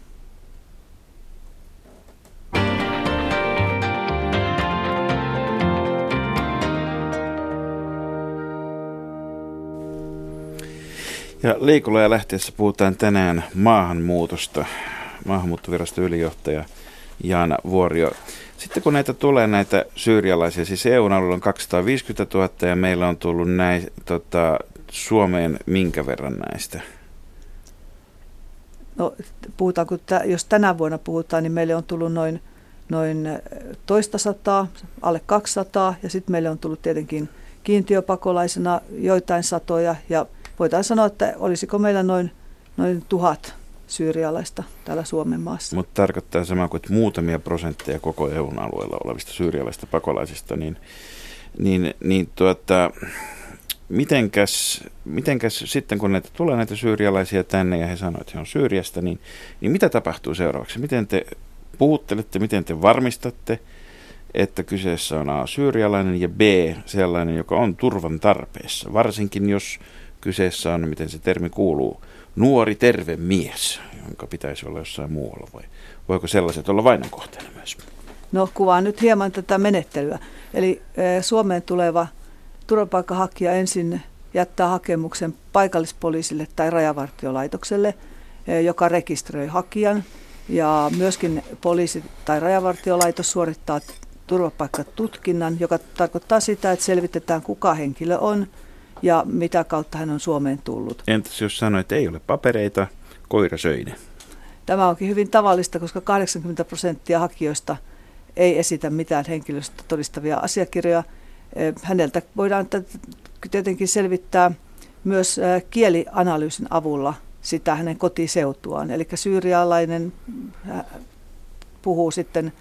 Ja Liikulla ja lähteessä puhutaan tänään maahanmuutosta. Maahanmuuttoviraston ylijohtaja Jaana Vuorio. Sitten kun näitä tulee näitä syyrialaisia, siis E U:n alueella on kaksisataaviisikymmentätuhatta ja meillä on tullut näin, tota, Suomeen minkä verran näistä? No puhutaanko, jos tänä vuonna puhutaan, niin meille on tullut noin, noin toista sataa, alle kaksisataa ja sitten meille on tullut tietenkin kiintiöpakolaisena joitain satoja ja voidaan sanoa, että olisiko meillä noin, noin tuhat syyrialaista täällä Suomen maassa. Mutta tarkoittaa sama kuin muutamia prosentteja koko E U:n alueella olevista syyrialaisista pakolaisista, niin, niin, niin tuota, mitenkäs, mitenkäs sitten kun näitä, tulee näitä syyrialaisia tänne ja he sanoo, että he on Syyriasta, niin, niin mitä tapahtuu seuraavaksi? Miten te puhuttelette, miten te varmistatte, että kyseessä on A, syyrialainen ja B, sellainen, joka on turvan tarpeessa, varsinkin jos kyseessä on, miten se termi kuuluu, nuori terve mies, jonka pitäisi olla jossain muualla, vai voiko sellaiset olla vainon kohteena myös? No kuvaan nyt hieman tätä menettelyä. Eli e, Suomeen tuleva turvapaikanhakija ensin jättää hakemuksen paikallispoliisille tai rajavartiolaitokselle, e, joka rekisteröi hakijan. Ja myöskin poliisi tai rajavartiolaitos suorittaa turvapaikkatutkinnan, joka tarkoittaa sitä, että selvitetään kuka henkilö on ja mitä kautta hän on Suomeen tullut. Entäs jos sanoo, että ei ole papereita, koira söi ne? Tämä onkin hyvin tavallista, koska kahdeksankymmentä prosenttia hakijoista ei esitä mitään henkilöstä todistavia asiakirjoja. Häneltä voidaan tietenkin selvittää myös kielianalyysin avulla sitä hänen kotiseutuaan. Eli syyrialainen puhuu sitten,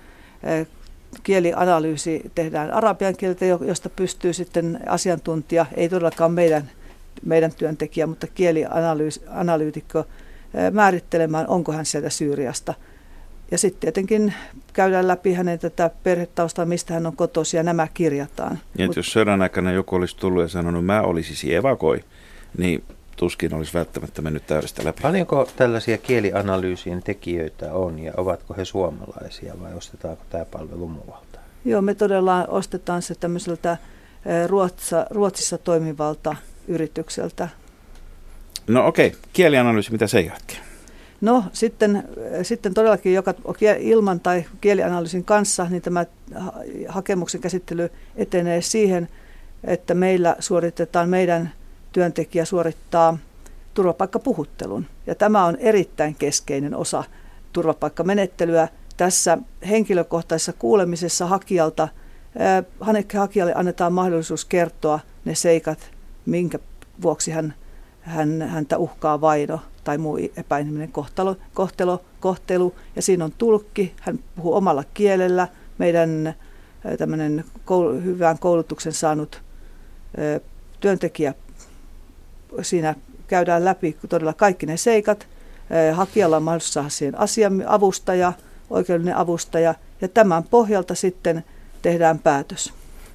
kielianalyysi tehdään arabian kieltä, josta pystyy sitten asiantuntija, ei todellakaan meidän, meidän työntekijä, mutta kielianalyytikko määrittelemään, onko hän sieltä Syyriasta. Ja sitten tietenkin käydään läpi hänen tätä perhetaustaa, mistä hän on kotoisin, ja nämä kirjataan. Ja Mut, jos sodan aikana joku olisi tullut ja sanonut, mä olisin evakoi, niin tuskin olisi välttämättä mennyt täydestä läpi. Paljonko tällaisia kielianalyysien tekijöitä on ja ovatko he suomalaisia vai ostetaanko tämä palvelu muualta? Joo, me todella ostetaan se tämmöiseltä Ruotsa, Ruotsissa toimivalta yritykseltä. No okei, okay. Kielianalyysi, mitä sen jälkeen? No sitten, sitten todellakin joka ilman tai kielianalyysin kanssa, niin tämä hakemuksen käsittely etenee siihen, että meillä suoritetaan, meidän työntekijä suorittaa turvapaikkapuhuttelun. Ja tämä on erittäin keskeinen osa turvapaikkamenettelyä. Tässä henkilökohtaisessa kuulemisessa hakijalta, hakijalle annetaan mahdollisuus kertoa ne seikat, minkä vuoksi hän, hän, häntä uhkaa vaino tai muu epäinhimillinen kohtelu, kohtelu, kohtelu. Ja siinä on tulkki, hän puhuu omalla kielellä. Meidän tämmöinen koul- hyvän koulutuksen saanut ö, työntekijä, siinä käydään läpi todella kaikki ne seikat. Hakijalla on mahdollisuus saada siihen asian avustaja, oikeudellinen avustaja, ja tämän pohjalta sitten tehdään päätös.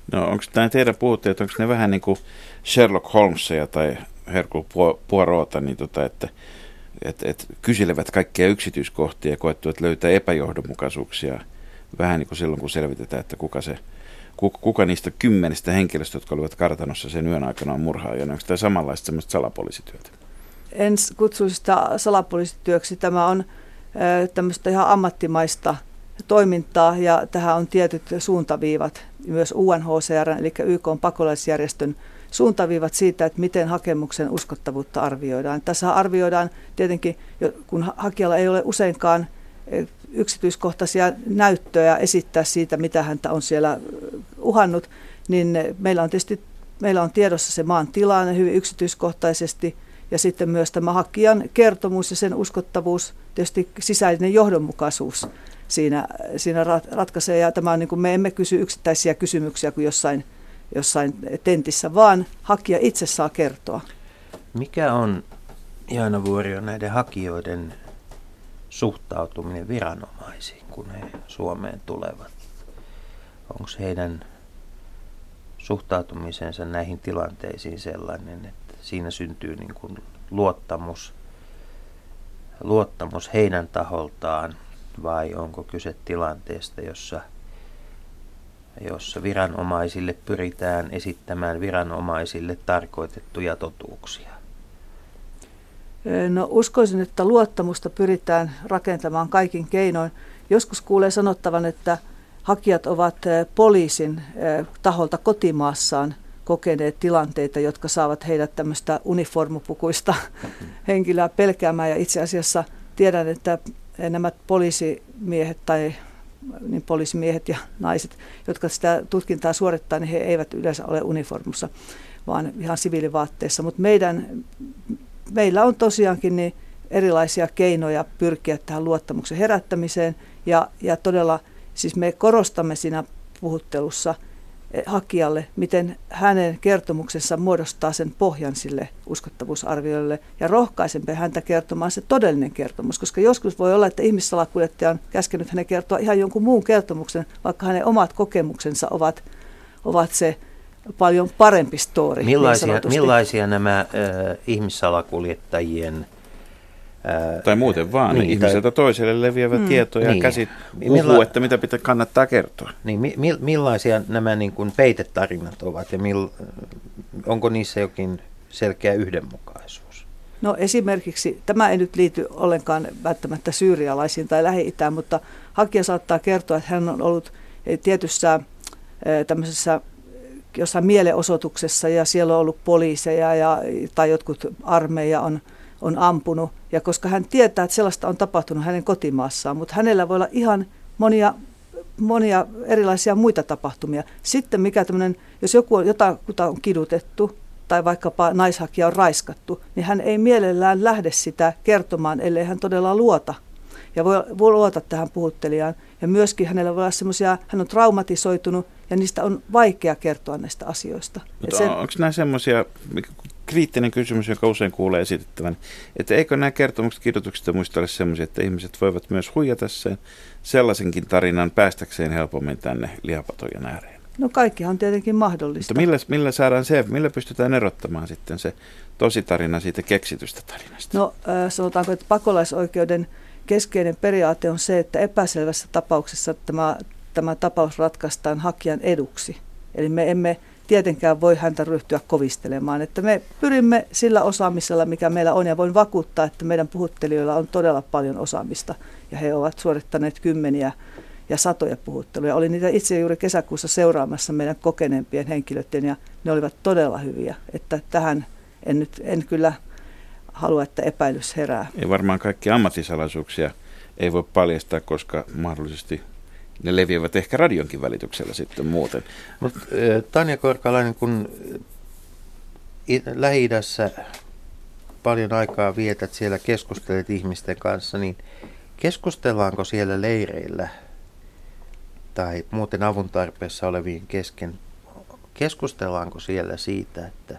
No onko nämä teidän puhutteet, onko ne vähän niin kuin Sherlock Holmesia tai Hercule Poirota, niin tota, että et, et kyselevät kaikkia yksityiskohtia ja koettuvat löytää epäjohdonmukaisuuksia vähän niin kuin silloin, kun selvitetään, että kuka, se, kuka, kuka niistä kymmenestä henkilöstä, jotka olivat kartanossa sen yön aikana on murhaaja. Onko tämä samanlaista semmoista salapoliisityötä? En kutsuisi sitä salapoliisityöksi. Tämä on äh, tämmöistä ihan ammattimaista toimintaa ja tähän on tietyt suuntaviivat, myös U N H C R, eli Y K:n pakolaisjärjestön suuntaviivat siitä, että miten hakemuksen uskottavuutta arvioidaan. Tässä arvioidaan tietenkin, kun hakijalla ei ole useinkaan yksityiskohtaisia näyttöjä esittää siitä, mitä häntä on siellä uhannut, niin meillä on tietysti meillä on tiedossa se maan tilanne hyvin yksityiskohtaisesti ja sitten myös tämä hakijan kertomus ja sen uskottavuus, tietysti sisäinen johdonmukaisuus siinä, siinä ratkaisee. Ja tämä on niin kuin me emme kysy yksittäisiä kysymyksiä kuin jossain, jossain tentissä, vaan hakija itse saa kertoa. Mikä on, Jaana Vuorio, näiden hakijoiden suhtautuminen viranomaisiin, kun he Suomeen tulevat? Onko heidän suhtautumisensa näihin tilanteisiin sellainen, että siinä syntyy niin kuin luottamus, luottamus heidän taholtaan, vai onko kyse tilanteesta, jossa, jossa viranomaisille pyritään esittämään viranomaisille tarkoitettuja totuuksia? No uskoisin, että luottamusta pyritään rakentamaan kaikin keinoin. Joskus kuulee sanottavan, että hakijat ovat poliisin taholta kotimaassaan kokeneet tilanteita, jotka saavat heidät tämmöistä uniformupukuista henkilöä pelkäämään. Ja itse asiassa tiedän, että nämä poliisimiehet tai niin poliisimiehet ja naiset, jotka sitä tutkintaa suorittaa, niin he eivät yleensä ole uniformussa, vaan ihan siviilivaatteissa. Mutta meidän, meillä on tosiaankin niin erilaisia keinoja pyrkiä tähän luottamuksen herättämiseen ja, ja todella siis me korostamme siinä puhuttelussa hakijalle, miten hänen kertomuksensa muodostaa sen pohjan sille uskottavuusarvioille ja rohkaisemme häntä kertomaan se todellinen kertomus, koska joskus voi olla, että ihmissalakuljettaja on käskenyt hänen kertoa ihan jonkun muun kertomuksen, vaikka hänen omat kokemuksensa ovat, ovat se paljon parempi story. Millaisia, millaisia nämä äh, ihmissalakuljettajien tai muuten vaan, niin, ihmiseltä tai toiselle leviävät mm, tietoja niin. ja käsit puhuu, Milla... että mitä pitää kannattaa kertoa. Niin, mi, mi, millaisia nämä niin kuin peitetarinat ovat ja mil, onko niissä jokin selkeä yhdenmukaisuus? No esimerkiksi, tämä ei nyt liity ollenkaan välttämättä syyrialaisiin tai Lähi-Itään, mutta hakija saattaa kertoa, että hän on ollut tietyssä tämmöisessä jossain mielenosoituksessa ja siellä on ollut poliiseja ja, tai jotkut armeija on on ampunut, ja koska hän tietää, että sellaista on tapahtunut hänen kotimaassaan, mutta hänellä voi olla ihan monia, monia erilaisia muita tapahtumia. Sitten mikä tämmöinen, jos joku on, jotakuta on kidutettu, tai vaikkapa naishakija on raiskattu, niin hän ei mielellään lähde sitä kertomaan, ellei hän todella luota. Ja voi, voi luota tähän puhuttelijaan. Ja myöskin hänellä voi olla semmoisia, hän on traumatisoitunut, ja niistä on vaikea kertoa näistä asioista. Mutta sen, onko nämä semmoisia, kriittinen kysymys, joka usein kuulee esitettävän, että eikö nämä kertomukset kidutuksista muista ole semmoisia, että ihmiset voivat myös huijata sen sellaisenkin tarinan päästäkseen helpommin tänne lihapatojen ääreen? No kaikkihan on tietenkin mahdollista. Mutta millä, millä saadaan se, millä pystytään erottamaan sitten se tositarina siitä keksitystä tarinasta? No sanotaanko, että pakolaisoikeuden keskeinen periaate on se, että epäselvässä tapauksessa tämä, tämä tapaus ratkaistaan hakijan eduksi. Eli me emme tietenkään voi häntä ryhtyä kovistelemaan. Että me pyrimme sillä osaamisella, mikä meillä on, ja voin vakuuttaa, että meidän puhuttelijoilla on todella paljon osaamista, ja he ovat suorittaneet kymmeniä ja satoja puhutteluja. Olin niitä itse juuri kesäkuussa seuraamassa meidän kokeneempien henkilöiden, ja ne olivat todella hyviä. Että tähän en nyt en kyllä halua, että epäilys herää. Ei varmaan kaikki ammattisalaisuuksia ei voi paljastaa, koska mahdollisesti ne leviävät ehkä radionkin välityksellä sitten muuten. Mutta Tanja Korkalainen, kun Lähi-idässä paljon aikaa vietät, siellä keskustelet ihmisten kanssa, niin keskustellaanko siellä leireillä tai muuten avun tarpeessa olevien kesken, keskustellaanko siellä siitä, että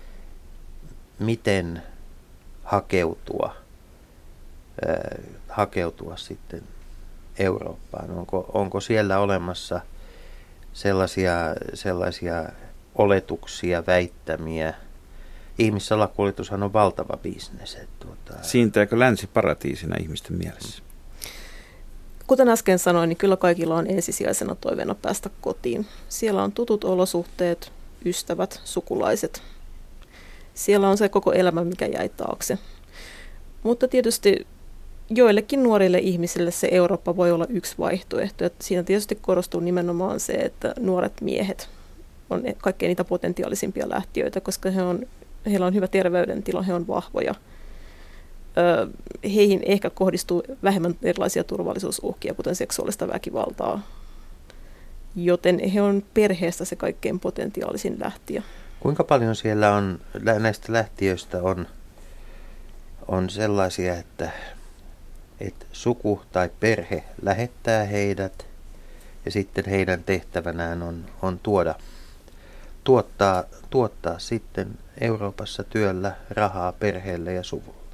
miten hakeutua, äh, hakeutua sitten Eurooppaan? Onko, onko siellä olemassa sellaisia, sellaisia oletuksia, väittämiä. Ihmissalakuljetushan on valtava bisnes. Tuota... Siintääkö länsi paratiisina ihmisten mielessä? Kuten äsken sanoin, niin kyllä kaikilla on ensisijaisena toiveena päästä kotiin. Siellä on tutut olosuhteet, ystävät, sukulaiset. Siellä on se koko elämä, mikä jäi taakse. Mutta tietysti joillekin nuorille ihmisille se Eurooppa voi olla yksi vaihtoehto. Että siinä tietysti korostuu nimenomaan se, että nuoret miehet on kaikkein niitä potentiaalisimpia lähtiöitä, koska he on, heillä on hyvä terveydentila, he on vahvoja. Heihin ehkä kohdistuu vähemmän erilaisia turvallisuusuhkia, kuten seksuaalista väkivaltaa, joten he on perheestä se kaikkein potentiaalisin lähtiö. Kuinka paljon siellä on näistä lähtiöistä on, on sellaisia, että, että suku tai perhe lähettää heidät ja sitten heidän tehtävänään on, on tuoda, tuottaa, tuottaa sitten Euroopassa työllä rahaa perheelle ja suvulle?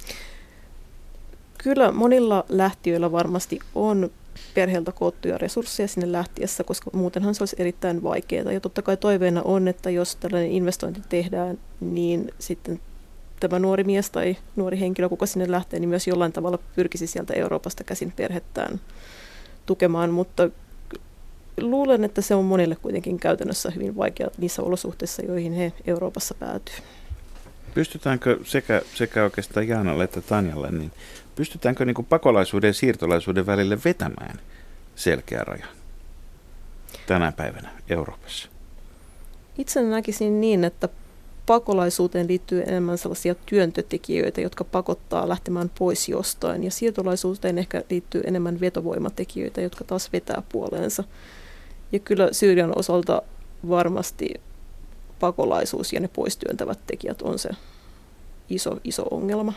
Kyllä monilla lähtiöillä varmasti on perheeltä koottuja resursseja sinne lähtiessä, koska muutenhan se olisi erittäin vaikeaa. Ja totta kai toiveena on, että jos tällainen investointi tehdään, niin sitten tämä nuori mies tai nuori henkilö, kuka sinne lähtee, niin myös jollain tavalla pyrkisi sieltä Euroopasta käsin perhettään tukemaan. Mutta luulen, että se on monille kuitenkin käytännössä hyvin vaikea niissä olosuhteissa, joihin he Euroopassa päätyy. Pystytäänkö sekä, sekä oikeastaan Jaanalle että Tanjalle, niin pystytäänkö niin kuin pakolaisuuden ja siirtolaisuuden välille vetämään selkeä raja tänä päivänä Euroopassa? Itse näkisin niin, että pakolaisuuteen liittyy enemmän sellaisia työntötekijöitä, jotka pakottaa lähtemään pois jostain. Ja siirtolaisuuteen ehkä liittyy enemmän vetovoimatekijöitä, jotka taas vetää puoleensa. Ja kyllä Syyrian osalta varmasti pakolaisuus ja ne pois työntävät tekijät on se iso, iso ongelma.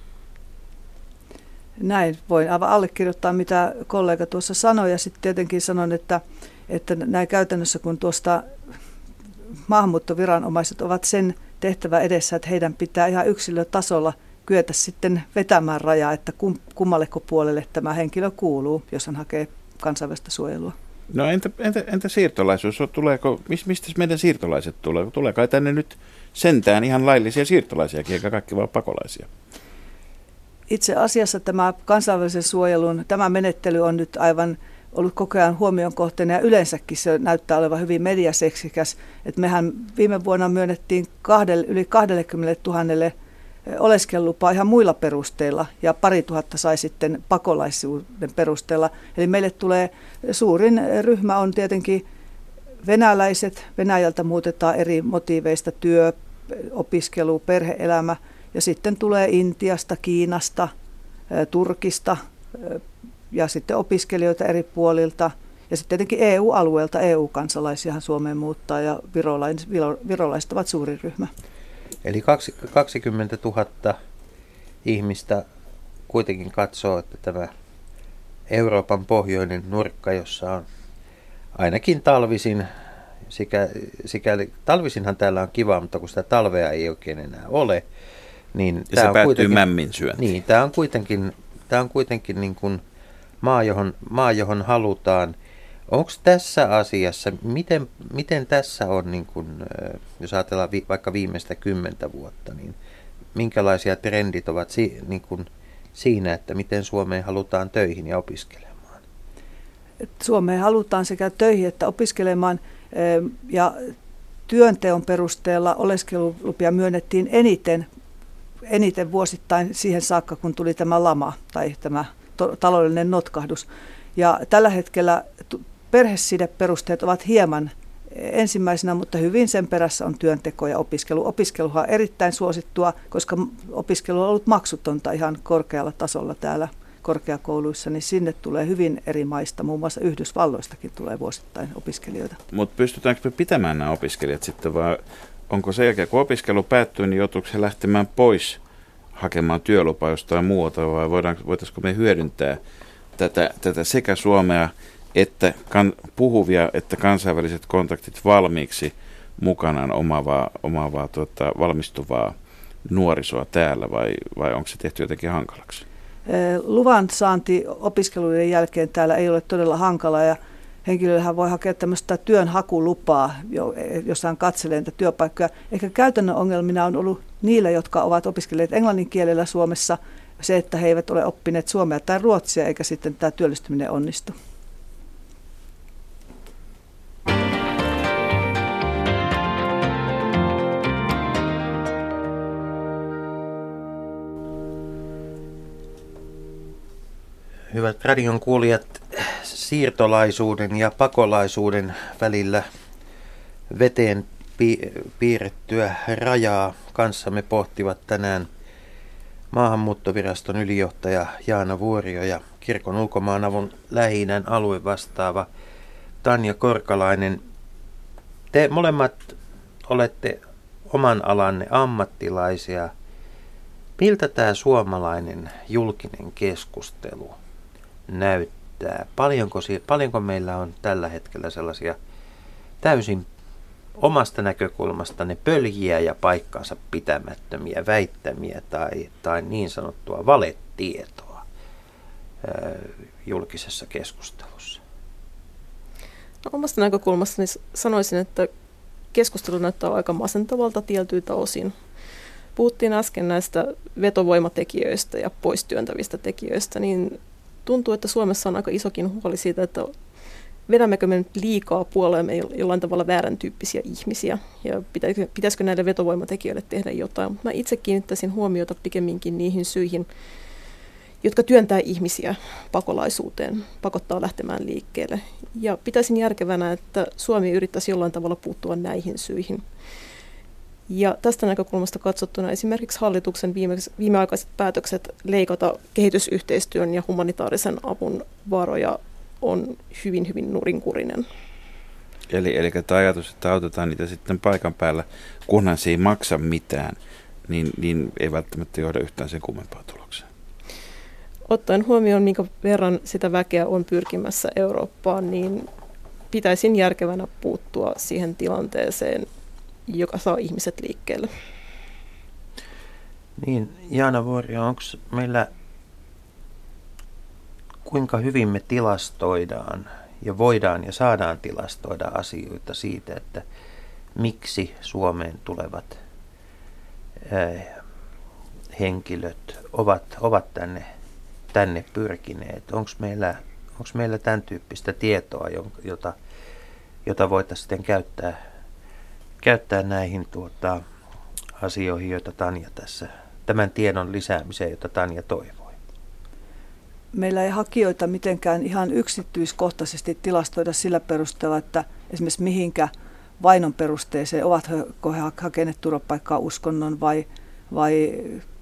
Näin voin aivan allekirjoittaa, mitä kollega tuossa sanoi, ja sitten tietenkin sanon, että, että näin käytännössä, kun tuosta maahanmuuttoviranomaiset ovat sen tehtävä edessä, että heidän pitää ihan yksilötasolla kyetä sitten vetämään rajaa, että kum, kummalleko puolelle tämä henkilö kuuluu, jos hän hakee kansainvälistä suojelua. No entä, entä, entä siirtolaisuus? Tuleeko, mistä meidän siirtolaiset tulee? Tulee kai tänne nyt sentään ihan laillisia siirtolaisiakin, eikä kaikki vaan pakolaisia? Itse asiassa tämä kansainvälisen suojelun, tämä menettely on nyt aivan ollut koko ajan huomion kohteena ja yleensäkin se näyttää olevan hyvin mediaseksikäs. Et mehän viime vuonna myönnettiin kahdelle, yli kaksikymmentätuhatta oleskelulupaa ihan muilla perusteilla ja pari tuhatta sai sitten pakolaisuuden perusteella. Eli meille tulee suurin ryhmä on tietenkin venäläiset. Venäjältä muutetaan eri motiiveista työ, opiskelu, perhe-elämä. Ja sitten tulee Intiasta, Kiinasta, Turkista ja sitten opiskelijoita eri puolilta. Ja sitten tietenkin E U-alueelta E U-kansalaisiahan Suomeen muuttaa ja virolaiset, virolaiset ovat suurin ryhmä. Eli kaksikymmentätuhatta ihmistä kuitenkin katsoo, että tämä Euroopan pohjoinen nurkka, jossa on ainakin talvisin, sikä, sikäli, talvisinhan täällä on kiva, mutta kun sitä talvea ei oikein enää ole, niin ja se on päättyy mämmin syöntiin. Niin, tämä on kuitenkin, tämä on kuitenkin niin kuin maa, johon, maa, johon halutaan. Onko tässä asiassa, miten, miten tässä on, niin kuin, jos ajatellaan vi, vaikka viimeistä kymmentä vuotta, niin minkälaisia trendit ovat si, niin kuin siinä, että miten Suomeen halutaan töihin ja opiskelemaan? Suomeen halutaan sekä töihin että opiskelemaan ja työnteon perusteella oleskelulupia myönnettiin eniten, eniten vuosittain siihen saakka, kun tuli tämä lama tai tämä to, taloudellinen notkahdus. Ja tällä hetkellä perhesideperusteet ovat hieman ensimmäisenä, mutta hyvin sen perässä on työnteko ja opiskelu. Opiskeluhan on erittäin suosittua, koska opiskelu on ollut maksutonta ihan korkealla tasolla täällä korkeakouluissa, niin sinne tulee hyvin eri maista, muun muassa Yhdysvalloistakin tulee vuosittain opiskelijoita. Mutta pystytäänkö me pitämään nämä opiskelijat sitten, vai onko se jälkeen, kun opiskelu päättyy, niin joutuuko he lähtemään pois hakemaan työlupaa jostain muuta, vai voitaisiko me hyödyntää tätä, tätä sekä Suomea että kan, puhuvia että kansainväliset kontaktit valmiiksi mukanaan omaavaa, omaavaa tuota, valmistuvaa nuorisoa täällä, vai, vai onko se tehty jotenkin hankalaksi? Luvan saanti opiskeluiden jälkeen täällä ei ole todella hankala ja henkilöhän voi hakea tämmöistä työnhakulupaa, jossa hän katselee niitä työpaikkoja. Ehkä käytännön ongelmina on ollut niillä, jotka ovat opiskelleet englannin kielellä Suomessa, se, että he eivät ole oppineet suomea tai ruotsia, eikä sitten tämä työllistyminen onnistu. Hyvät radion kuulijat, siirtolaisuuden ja pakolaisuuden välillä veteen piirrettyä rajaa kanssamme pohtivat tänään Maahanmuuttoviraston ylijohtaja Jaana Vuorio ja Kirkon ulkomaanavun Lähi-idän alue vastaava Tanja Korkalainen. Te molemmat olette oman alanne ammattilaisia. Miltä tämä suomalainen julkinen keskustelu näyttää? Paljonko, paljonko meillä on tällä hetkellä sellaisia täysin omasta näkökulmastanne pöljiä ja paikkaansa pitämättömiä väittämiä tai, tai niin sanottua valetietoa ää, julkisessa keskustelussa? No, omasta näkökulmastani sanoisin, että keskustelu näyttää aika masentavalta tietyiltä osin. Puhuttiin äsken näistä vetovoimatekijöistä ja poistyöntävistä tekijöistä, niin tuntuu, että Suomessa on aika isokin huoli siitä, että vedämmekö me nyt liikaa puoleemme jollain tavalla väärän tyyppisiä ihmisiä ja pitäisikö, pitäisikö näille vetovoimatekijöille tehdä jotain. Mä itse kiinnittäisin huomiota pikemminkin niihin syihin, jotka työntää ihmisiä pakolaisuuteen, pakottaa lähtemään liikkeelle. Ja pitäisin järkevänä, että Suomi yrittäisi jollain tavalla puuttua näihin syihin. Ja tästä näkökulmasta katsottuna esimerkiksi hallituksen viime, viimeaikaiset päätökset leikata kehitysyhteistyön ja humanitaarisen avun varoja on hyvin, hyvin nurinkurinen. Eli, eli tämä ajatus, että autetaan niitä sitten paikan päällä, kunhan se ei maksa mitään, niin, niin ei välttämättä johda yhtään sen kummempaa tulokseen. Ottaen huomioon, minkä verran sitä väkeä on pyrkimässä Eurooppaan, niin pitäisin järkevänä puuttua siihen tilanteeseen, joka saa ihmiset liikkeelle. Niin, Jaana Vuorio, onko meillä, kuinka hyvin me tilastoidaan ja voidaan ja saadaan tilastoida asioita siitä, että miksi Suomeen tulevat ää, henkilöt ovat, ovat tänne, tänne pyrkineet? Onko meillä, onko meillä tämän tyyppistä tietoa, jota, jota voitaisiin sitten käyttää käyttää näihin tuota, asioihin, joita Tanja tässä, tämän tiedon lisäämiseen, jota Tanja toivoi? Meillä ei hakijoita mitenkään ihan yksityiskohtaisesti tilastoida sillä perusteella, että esimerkiksi mihinkä vainon perusteeseen, ovatko he hakeneet turvapaikkaa uskonnon vai, vai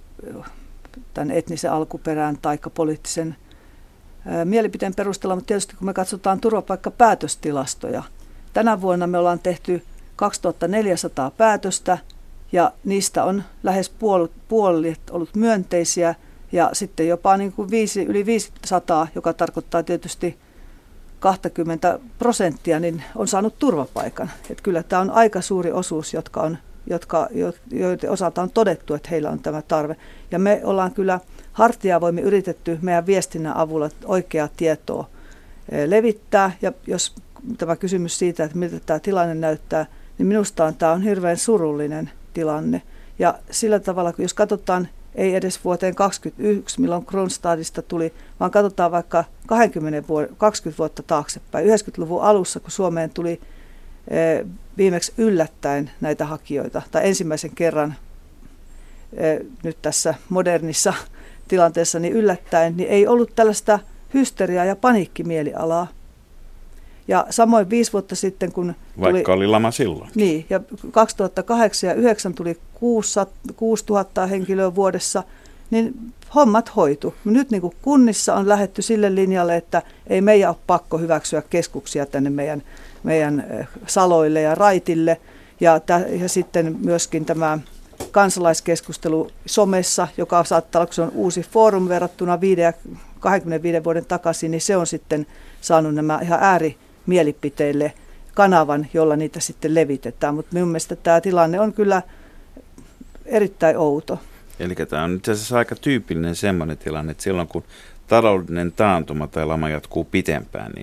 tämän etnisen alkuperään tai poliittisen ää, mielipiteen perusteella, mutta tietysti kun me katsotaan turvapaikkapäätöstilastoja, tänä vuonna me ollaan tehty kaksituhattaneljäsataa päätöstä ja niistä on lähes puolet, puolet ollut myönteisiä ja sitten jopa niin kuin viisi, yli viisisataa, joka tarkoittaa tietysti kaksikymmentä prosenttia, niin on saanut turvapaikan. Että kyllä tämä on aika suuri osuus, jotka on, jotka, joiden osalta on todettu, että heillä on tämä tarve. Ja me ollaan kyllä hartiavoimin yritetty meidän viestinnän avulla oikeaa tietoa levittää ja jos tämä kysymys siitä, että miltä tämä tilanne näyttää, niin minusta on, tämä on hirveän surullinen tilanne. Ja sillä tavalla, jos katsotaan, ei edes vuoteen kaksikymmentäyksi, milloin Kronstadista tuli, vaan katsotaan vaikka kaksikymmentä, vuotta, kaksikymmentä vuotta taaksepäin. yhdeksänkymmentäluvun alussa, kun Suomeen tuli e, viimeksi yllättäen näitä hakijoita, tai ensimmäisen kerran e, nyt tässä modernissa tilanteessa, niin yllättäen, niin ei ollut tällaista hysteriaa ja paniikkimielialaa. Ja samoin viisi vuotta sitten, kun tuli... Vaikka oli lama silloin. Niin, ja kaksituhattakahdeksan ja kaksituhattayhdeksän tuli kuusituhatta henkilöä vuodessa, niin hommat hoitu. Nyt niin kuin kunnissa on lähdetty sille linjalle, että ei meidän ole pakko hyväksyä keskuksia tänne meidän, meidän saloille ja raitille. Ja, tä, ja sitten myöskin tämä kansalaiskeskustelu somessa, joka saattaa olla, kun se on uusi foorum verrattuna viiden, kaksikymmentäviiden vuoden takaisin, niin se on sitten saanut nämä ihan äärimielipiteille kanavan, jolla niitä sitten levitetään. Mutta minun mielestä tämä tilanne on kyllä erittäin outo. Eli tämä on itse asiassa aika tyypillinen semmoinen tilanne, että silloin kun taloudellinen taantuma tai lama jatkuu pitempään, niin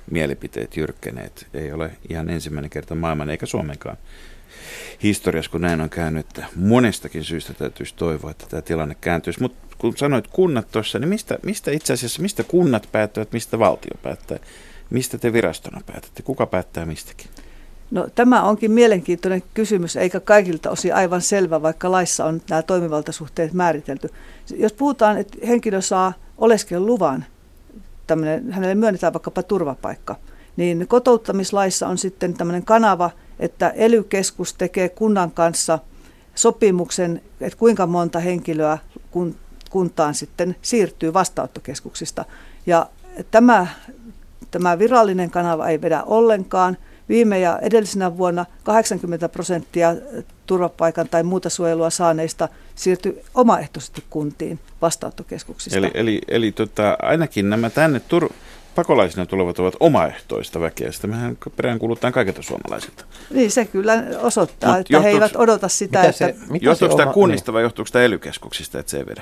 mielipiteet jyrkkeneet. Ei ole ihan ensimmäinen kerta maailman eikä Suomenkaan historiassa, kun näin on käynyt, että monestakin syystä täytyisi toivoa, että tämä tilanne kääntyisi. Mutta kun sanoit kunnat tuossa, niin mistä, mistä itse asiassa, mistä kunnat päättävät, mistä valtio päättää? Mistä te virastona päätätte? Kuka päättää mistäkin? No, tämä onkin mielenkiintoinen kysymys, eikä kaikilta osin aivan selvä, vaikka laissa on nämä toimivaltasuhteet määritelty. Jos puhutaan, että henkilö saa oleskeluluvan, hänelle myönnetään vaikkapa turvapaikka, niin kotouttamislaissa on sitten tämmöinen kanava, että E L Y-keskus tekee kunnan kanssa sopimuksen, että kuinka monta henkilöä kuntaan sitten siirtyy vastaanottokeskuksista. Ja tämä, tämä virallinen kanava ei vedä ollenkaan. Viime ja edellisenä vuonna kahdeksankymmentä prosenttia turvapaikan tai muuta suojelua saaneista siirtyi omaehtoisesti kuntiin vastaanottokeskuksista. Eli, eli, eli tota, ainakin nämä tänne tur- pakolaisina tulevat ovat omaehtoista väkeä. Sitä mehän peräänkuulutaan kaikilta suomalaisilta. Niin, se kyllä osoittaa, Mut että johtuuko, he eivät odota sitä, mitä että... Se, johtuuko tämä kunnista vai johtuuko tämä E L Y-keskuksista, että se ei vedä?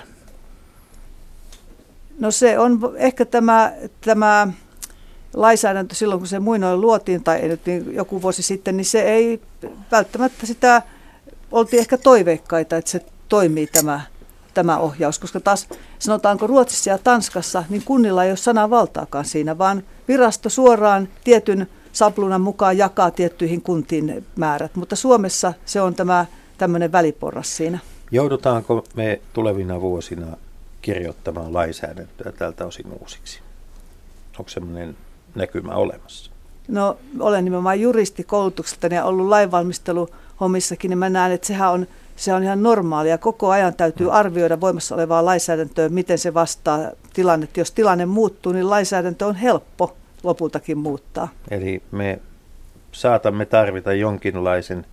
No se on ehkä tämä... tämä lainsäädäntö silloin, kun se muinoin luotiin, tai ei nyt niin joku vuosi sitten, niin se ei välttämättä sitä, oltiin ehkä toiveikkaita, että se toimii tämä, tämä ohjaus, koska taas sanotaanko Ruotsissa ja Tanskassa, niin kunnilla ei ole sananvaltaakaan siinä, vaan virasto suoraan tietyn sapluunan mukaan jakaa tiettyihin kuntiin määrät, mutta Suomessa se on tämä tämmöinen väliporras siinä. Joudutaanko me tulevina vuosina kirjoittamaan lainsäädäntöä tältä osin uusiksi? Onko semmoinen näkymä olemassa? No, olen nimenomaan juristi koulutukseltani ja ollut lainvalmisteluhommissakin, niin mä näen, että sehän on, se on ihan normaalia. Koko ajan täytyy arvioida voimassa olevaa lainsäädäntöä, miten se vastaa tilannetta. Jos tilanne muuttuu, niin lainsäädäntö on helppo lopultakin muuttaa. Eli me saatamme tarvita jonkinlaisen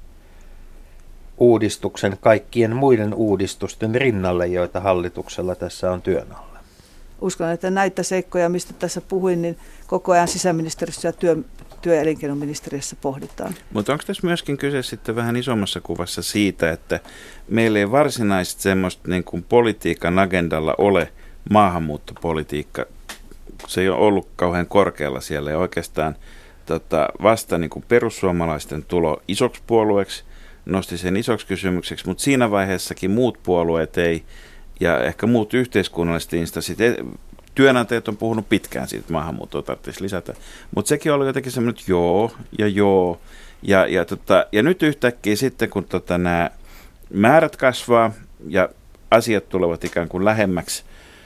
uudistuksen kaikkien muiden uudistusten rinnalle, joita hallituksella tässä on työn alla. Uskon, että näitä seikkoja, mistä tässä puhuin, niin koko ajan sisäministeriössä ja työ, työ- ja elinkeinoministeriössä pohditaan. Mutta onko tässä myöskin kyse sitten vähän isommassa kuvassa siitä, että meillä ei varsinaisesti semmoista niin kuin politiikan agendalla ole maahanmuuttopolitiikka. Se ei ole ollut kauhean korkealla siellä ja oikeastaan tota, vasta niin kuin perussuomalaisten tulo isoksi puolueeksi nosti sen isoksi kysymykseksi, mutta siinä vaiheessakin muut puolueet ei ja ehkä muut yhteiskunnalliset instanssit, työnantajat on puhunut pitkään siitä, että maahanmuuttoa tarvitsisi lisätä. Mutta sekin oli jotenkin semmoinen, että joo ja joo. Ja, ja, tota, ja nyt yhtäkkiä sitten, kun tota, nämä määrät kasvaa ja asiat tulevat ikään kuin lähemmäksi,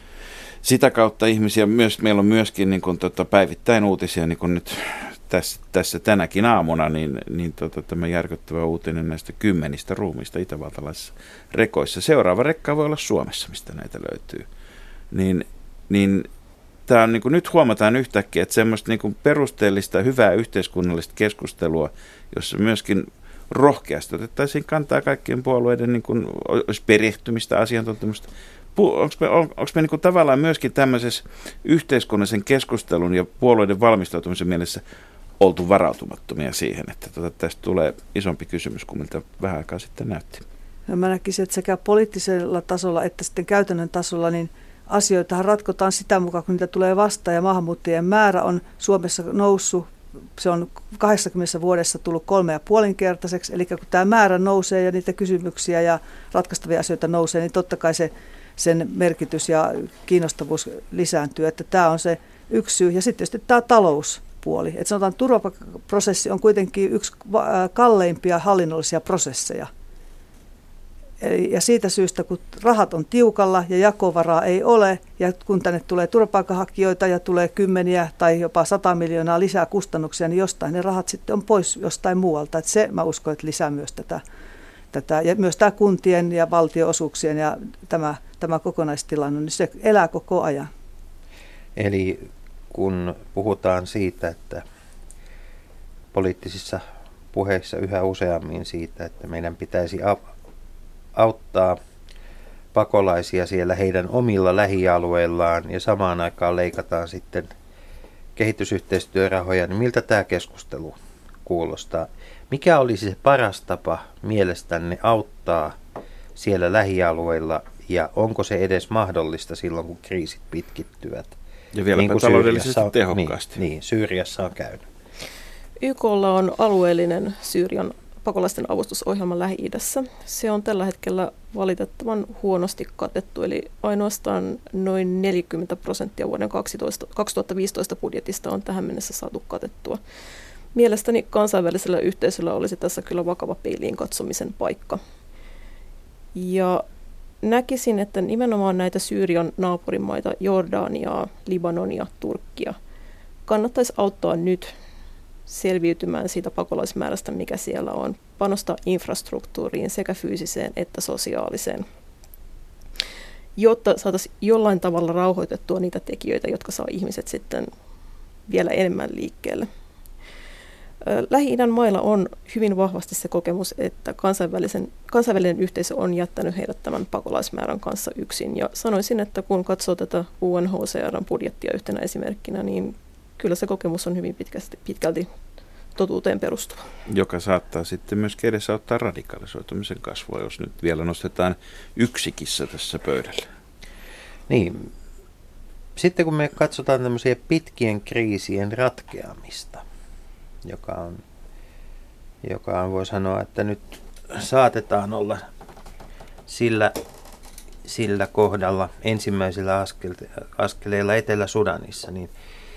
sitä kautta ihmisiä, myös, meillä on myöskin niin kuin, tota, päivittäin uutisia, niin kuin nyt tässä, tässä tänäkin aamuna, niin, niin tota, tämä järkyttävä uutinen näistä kymmenistä ruumiista itävaltalaisissa rekoissa. Seuraava rekka voi olla Suomessa, mistä näitä löytyy. Niin, niin tämä on, niin kuin nyt huomataan yhtäkkiä, että semmoista niin kuin perusteellista, hyvää yhteiskunnallista keskustelua, jossa myöskin rohkeasti otettaisiin kantaa kaikkien puolueiden niin kuin, olisi perehtymistä, asiantuntemusta. Onko me, on, onko me niin kuin tavallaan myöskin tämmöisessä yhteiskunnallisen keskustelun ja puolueiden valmistautumisen mielessä oltu varautumattomia siihen, että tuota, tästä tulee isompi kysymys kuin miltä vähän aikaa sitten näytti? No, mä näkisin, että sekä poliittisella tasolla että sitten käytännön tasolla niin asioitahan ratkotaan sitä mukaan, kun niitä tulee vastaan ja maahanmuuttajien määrä on Suomessa noussut. Se on kahdeksankymmentä vuodessa tullut kolme ja puolinkertaiseksi, eli kun tämä määrä nousee ja niitä kysymyksiä ja ratkaistavia asioita nousee, niin totta kai se, sen merkitys ja kiinnostavuus lisääntyy, että tämä on se yksi syy. Ja sitten tietysti tämä talouspuoli, että sanotaan, että turvapaikkaprosessi on kuitenkin yksi kalleimpia hallinnollisia prosesseja. Ja siitä syystä, kun rahat on tiukalla ja jakovaraa ei ole, ja kun tänne tulee turvapaikanhakijoita ja tulee kymmeniä tai jopa sata miljoonaa lisää kustannuksia, niin jostain ne rahat sitten on pois jostain muualta. Että se, mä uskon, että lisää myös tätä, tätä ja myös tämä kuntien ja valtionosuuksien ja tämä, tämä kokonaistilanne, niin se elää koko ajan. Eli kun puhutaan siitä, että poliittisissa puheissa yhä useammin siitä, että meidän pitäisi auttaa pakolaisia siellä heidän omilla lähialueillaan ja samaan aikaan leikataan sitten kehitysyhteistyörahoja, niin miltä tämä keskustelu kuulostaa? Mikä olisi se paras tapa mielestänne auttaa siellä lähialueilla ja onko se edes mahdollista silloin, kun kriisit pitkittyvät? Ja vieläpä niin taloudellisesti on, tehokkaasti. Niin, niin, Syyriassa on käynyt. Y K:lla on alueellinen Syyrian pakolaisten avustusohjelma Lähi-idässä. Se on tällä hetkellä valitettavan huonosti katettu, eli ainoastaan noin neljäkymmentä prosenttia vuoden kaksituhattaviisitoista budjetista on tähän mennessä saatu katettua. Mielestäni kansainvälisellä yhteisöllä olisi tässä kyllä vakava peiliin katsomisen paikka. Ja näkisin, että nimenomaan näitä Syyrian naapurimaita, Jordaniaa, Libanonia, Turkkia, kannattaisi auttaa nyt selviytymään siitä pakolaismäärästä, mikä siellä on, panostaa infrastruktuuriin sekä fyysiseen että sosiaaliseen, jotta saataisiin jollain tavalla rauhoitettua niitä tekijöitä, jotka saa ihmiset sitten vielä enemmän liikkeelle. Lähi-idän mailla on hyvin vahvasti se kokemus, että kansainvälisen, kansainvälinen yhteisö on jättänyt heidät tämän pakolaismäärän kanssa yksin. Ja sanoisin, että kun katsoo tätä U N H C R:n budjettia yhtenä esimerkkinä, niin kyllä se kokemus on hyvin pitkälti, pitkälti totuuteen perustuva. Joka saattaa sitten myös edesauttaa radikalisoitumisen kasvua, jos nyt vielä nostetaan yksi kissa tässä pöydällä. Niin. Sitten kun me katsotaan tämmöisiä pitkien kriisien ratkeamista, joka on, joka on, voi sanoa, että nyt saatetaan olla sillä, sillä kohdalla ensimmäisillä askele, askeleilla Etelä-Sudanissa, niin,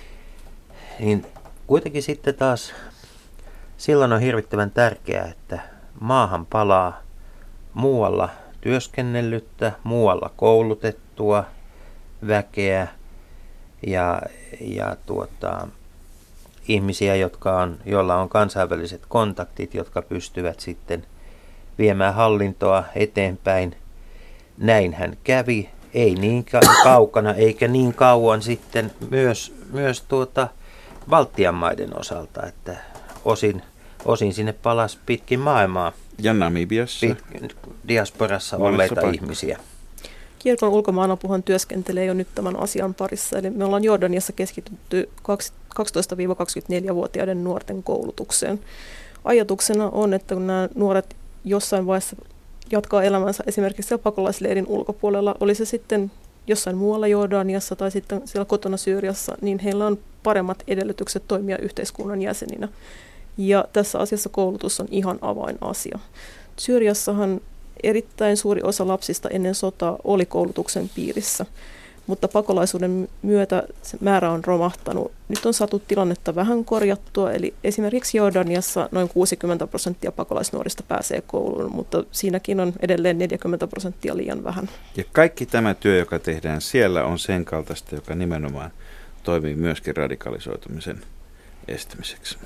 niin kuitenkin sitten taas silloin on hirvittävän tärkeää, että maahan palaa muualla työskennellyttä, muualla koulutettua väkeä ja, ja tuota, ihmisiä, jotka on, joilla on kansainväliset kontaktit, jotka pystyvät sitten viemään hallintoa eteenpäin. Näinhän kävi, ei niin kaukana eikä niin kauan sitten myös, myös tuota Baltian maiden osalta, että osin, osin sinne palasi pitkin maailmaa. Ja Namibiassa. Pit, diasporassa olleita paikka. ihmisiä. Kirkon ulkomaanapuhan työskentelee jo nyt tämän asian parissa. Eli me ollaan Jordaniassa keskitytty kaksitoista–kaksikymmentäneljä-vuotiaiden nuorten koulutukseen. Ajatuksena on, että kun nämä nuoret jossain vaiheessa jatkaa elämänsä esimerkiksi siellä pakolaisleirin ulkopuolella, oli se sitten jossain muualla Jordaniassa tai sitten siellä kotona Syyriassa, niin heillä on paremmat edellytykset toimia yhteiskunnan jäseninä. Ja tässä asiassa koulutus on ihan avainasia. Syyriassahan erittäin suuri osa lapsista ennen sotaa oli koulutuksen piirissä, mutta pakolaisuuden myötä se määrä on romahtanut. Nyt on saatu tilannetta vähän korjattua, eli esimerkiksi Jordaniassa noin kuusikymmentä prosenttia pakolaisnuorista pääsee kouluun, mutta siinäkin on edelleen neljäkymmentä prosenttia liian vähän. Ja kaikki tämä työ, joka tehdään siellä, on sen kaltaista, joka nimenomaan toimii myöskin radikalisoitumisen estämiseksi.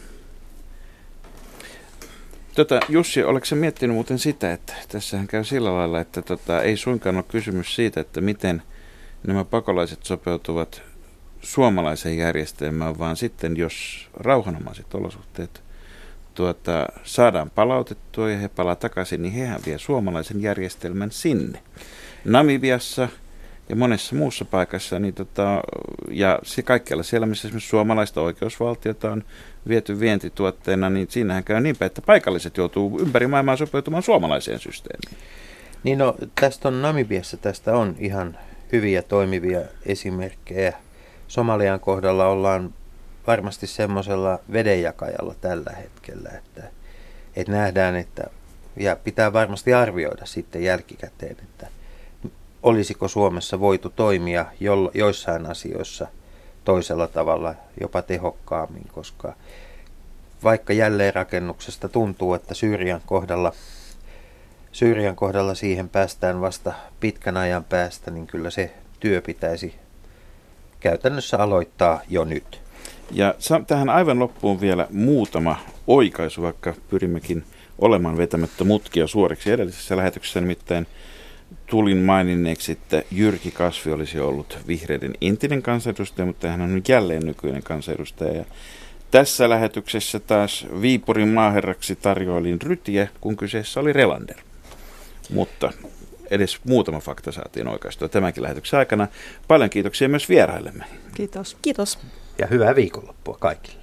Tota, Jussi, oletko sä miettinyt muuten sitä, että tässähän käy sillä lailla, että tota, ei suinkaan ole kysymys siitä, että miten nämä pakolaiset sopeutuvat suomalaiseen järjestelmään, vaan sitten jos rauhanomaiset olosuhteet tuota, saadaan palautettua ja he palaa takaisin, niin hehän vie suomalaisen järjestelmän sinne. Namibiassa ja monessa muussa paikassa, niin tota, ja se kaikkialla siellä, missä esimerkiksi suomalaista oikeusvaltiota on viety vientituotteena, niin siinähän käy niin päin, että paikalliset joutuu ympäri maailmaa sopeutumaan suomalaiseen systeemiin. Niin no, tästä on Namibiassa, tästä on ihan hyviä toimivia esimerkkejä. Somalian kohdalla ollaan varmasti semmoisella vedenjakajalla tällä hetkellä, että, että nähdään, että, ja pitää varmasti arvioida sitten jälkikäteen, että olisiko Suomessa voitu toimia jo, joissain asioissa toisella tavalla, jopa tehokkaammin, koska vaikka jälleenrakennuksesta tuntuu, että Syyrian kohdalla, Syyrian kohdalla siihen päästään vasta pitkän ajan päästä, niin kyllä se työ pitäisi käytännössä aloittaa jo nyt. Ja tähän aivan loppuun vielä muutama oikaisu, vaikka pyrimmekin olemaan vetämättä mutkia suoriksi edellisessä lähetyksessä, nimittäin tulin maininneeksi, että Jyrki Kasvi olisi ollut vihreiden entinen kansanedustaja, mutta hän on nyt jälleen nykyinen kansanedustaja. Ja tässä lähetyksessä taas Viipurin maaherraksi tarjoilin Rytiä, kun kyseessä oli Relander. Mutta edes muutama fakta saatiin oikaistua tämänkin lähetyksen aikana. Paljon kiitoksia myös vieraillemme. Kiitos. Kiitos. Ja hyvää viikonloppua kaikille.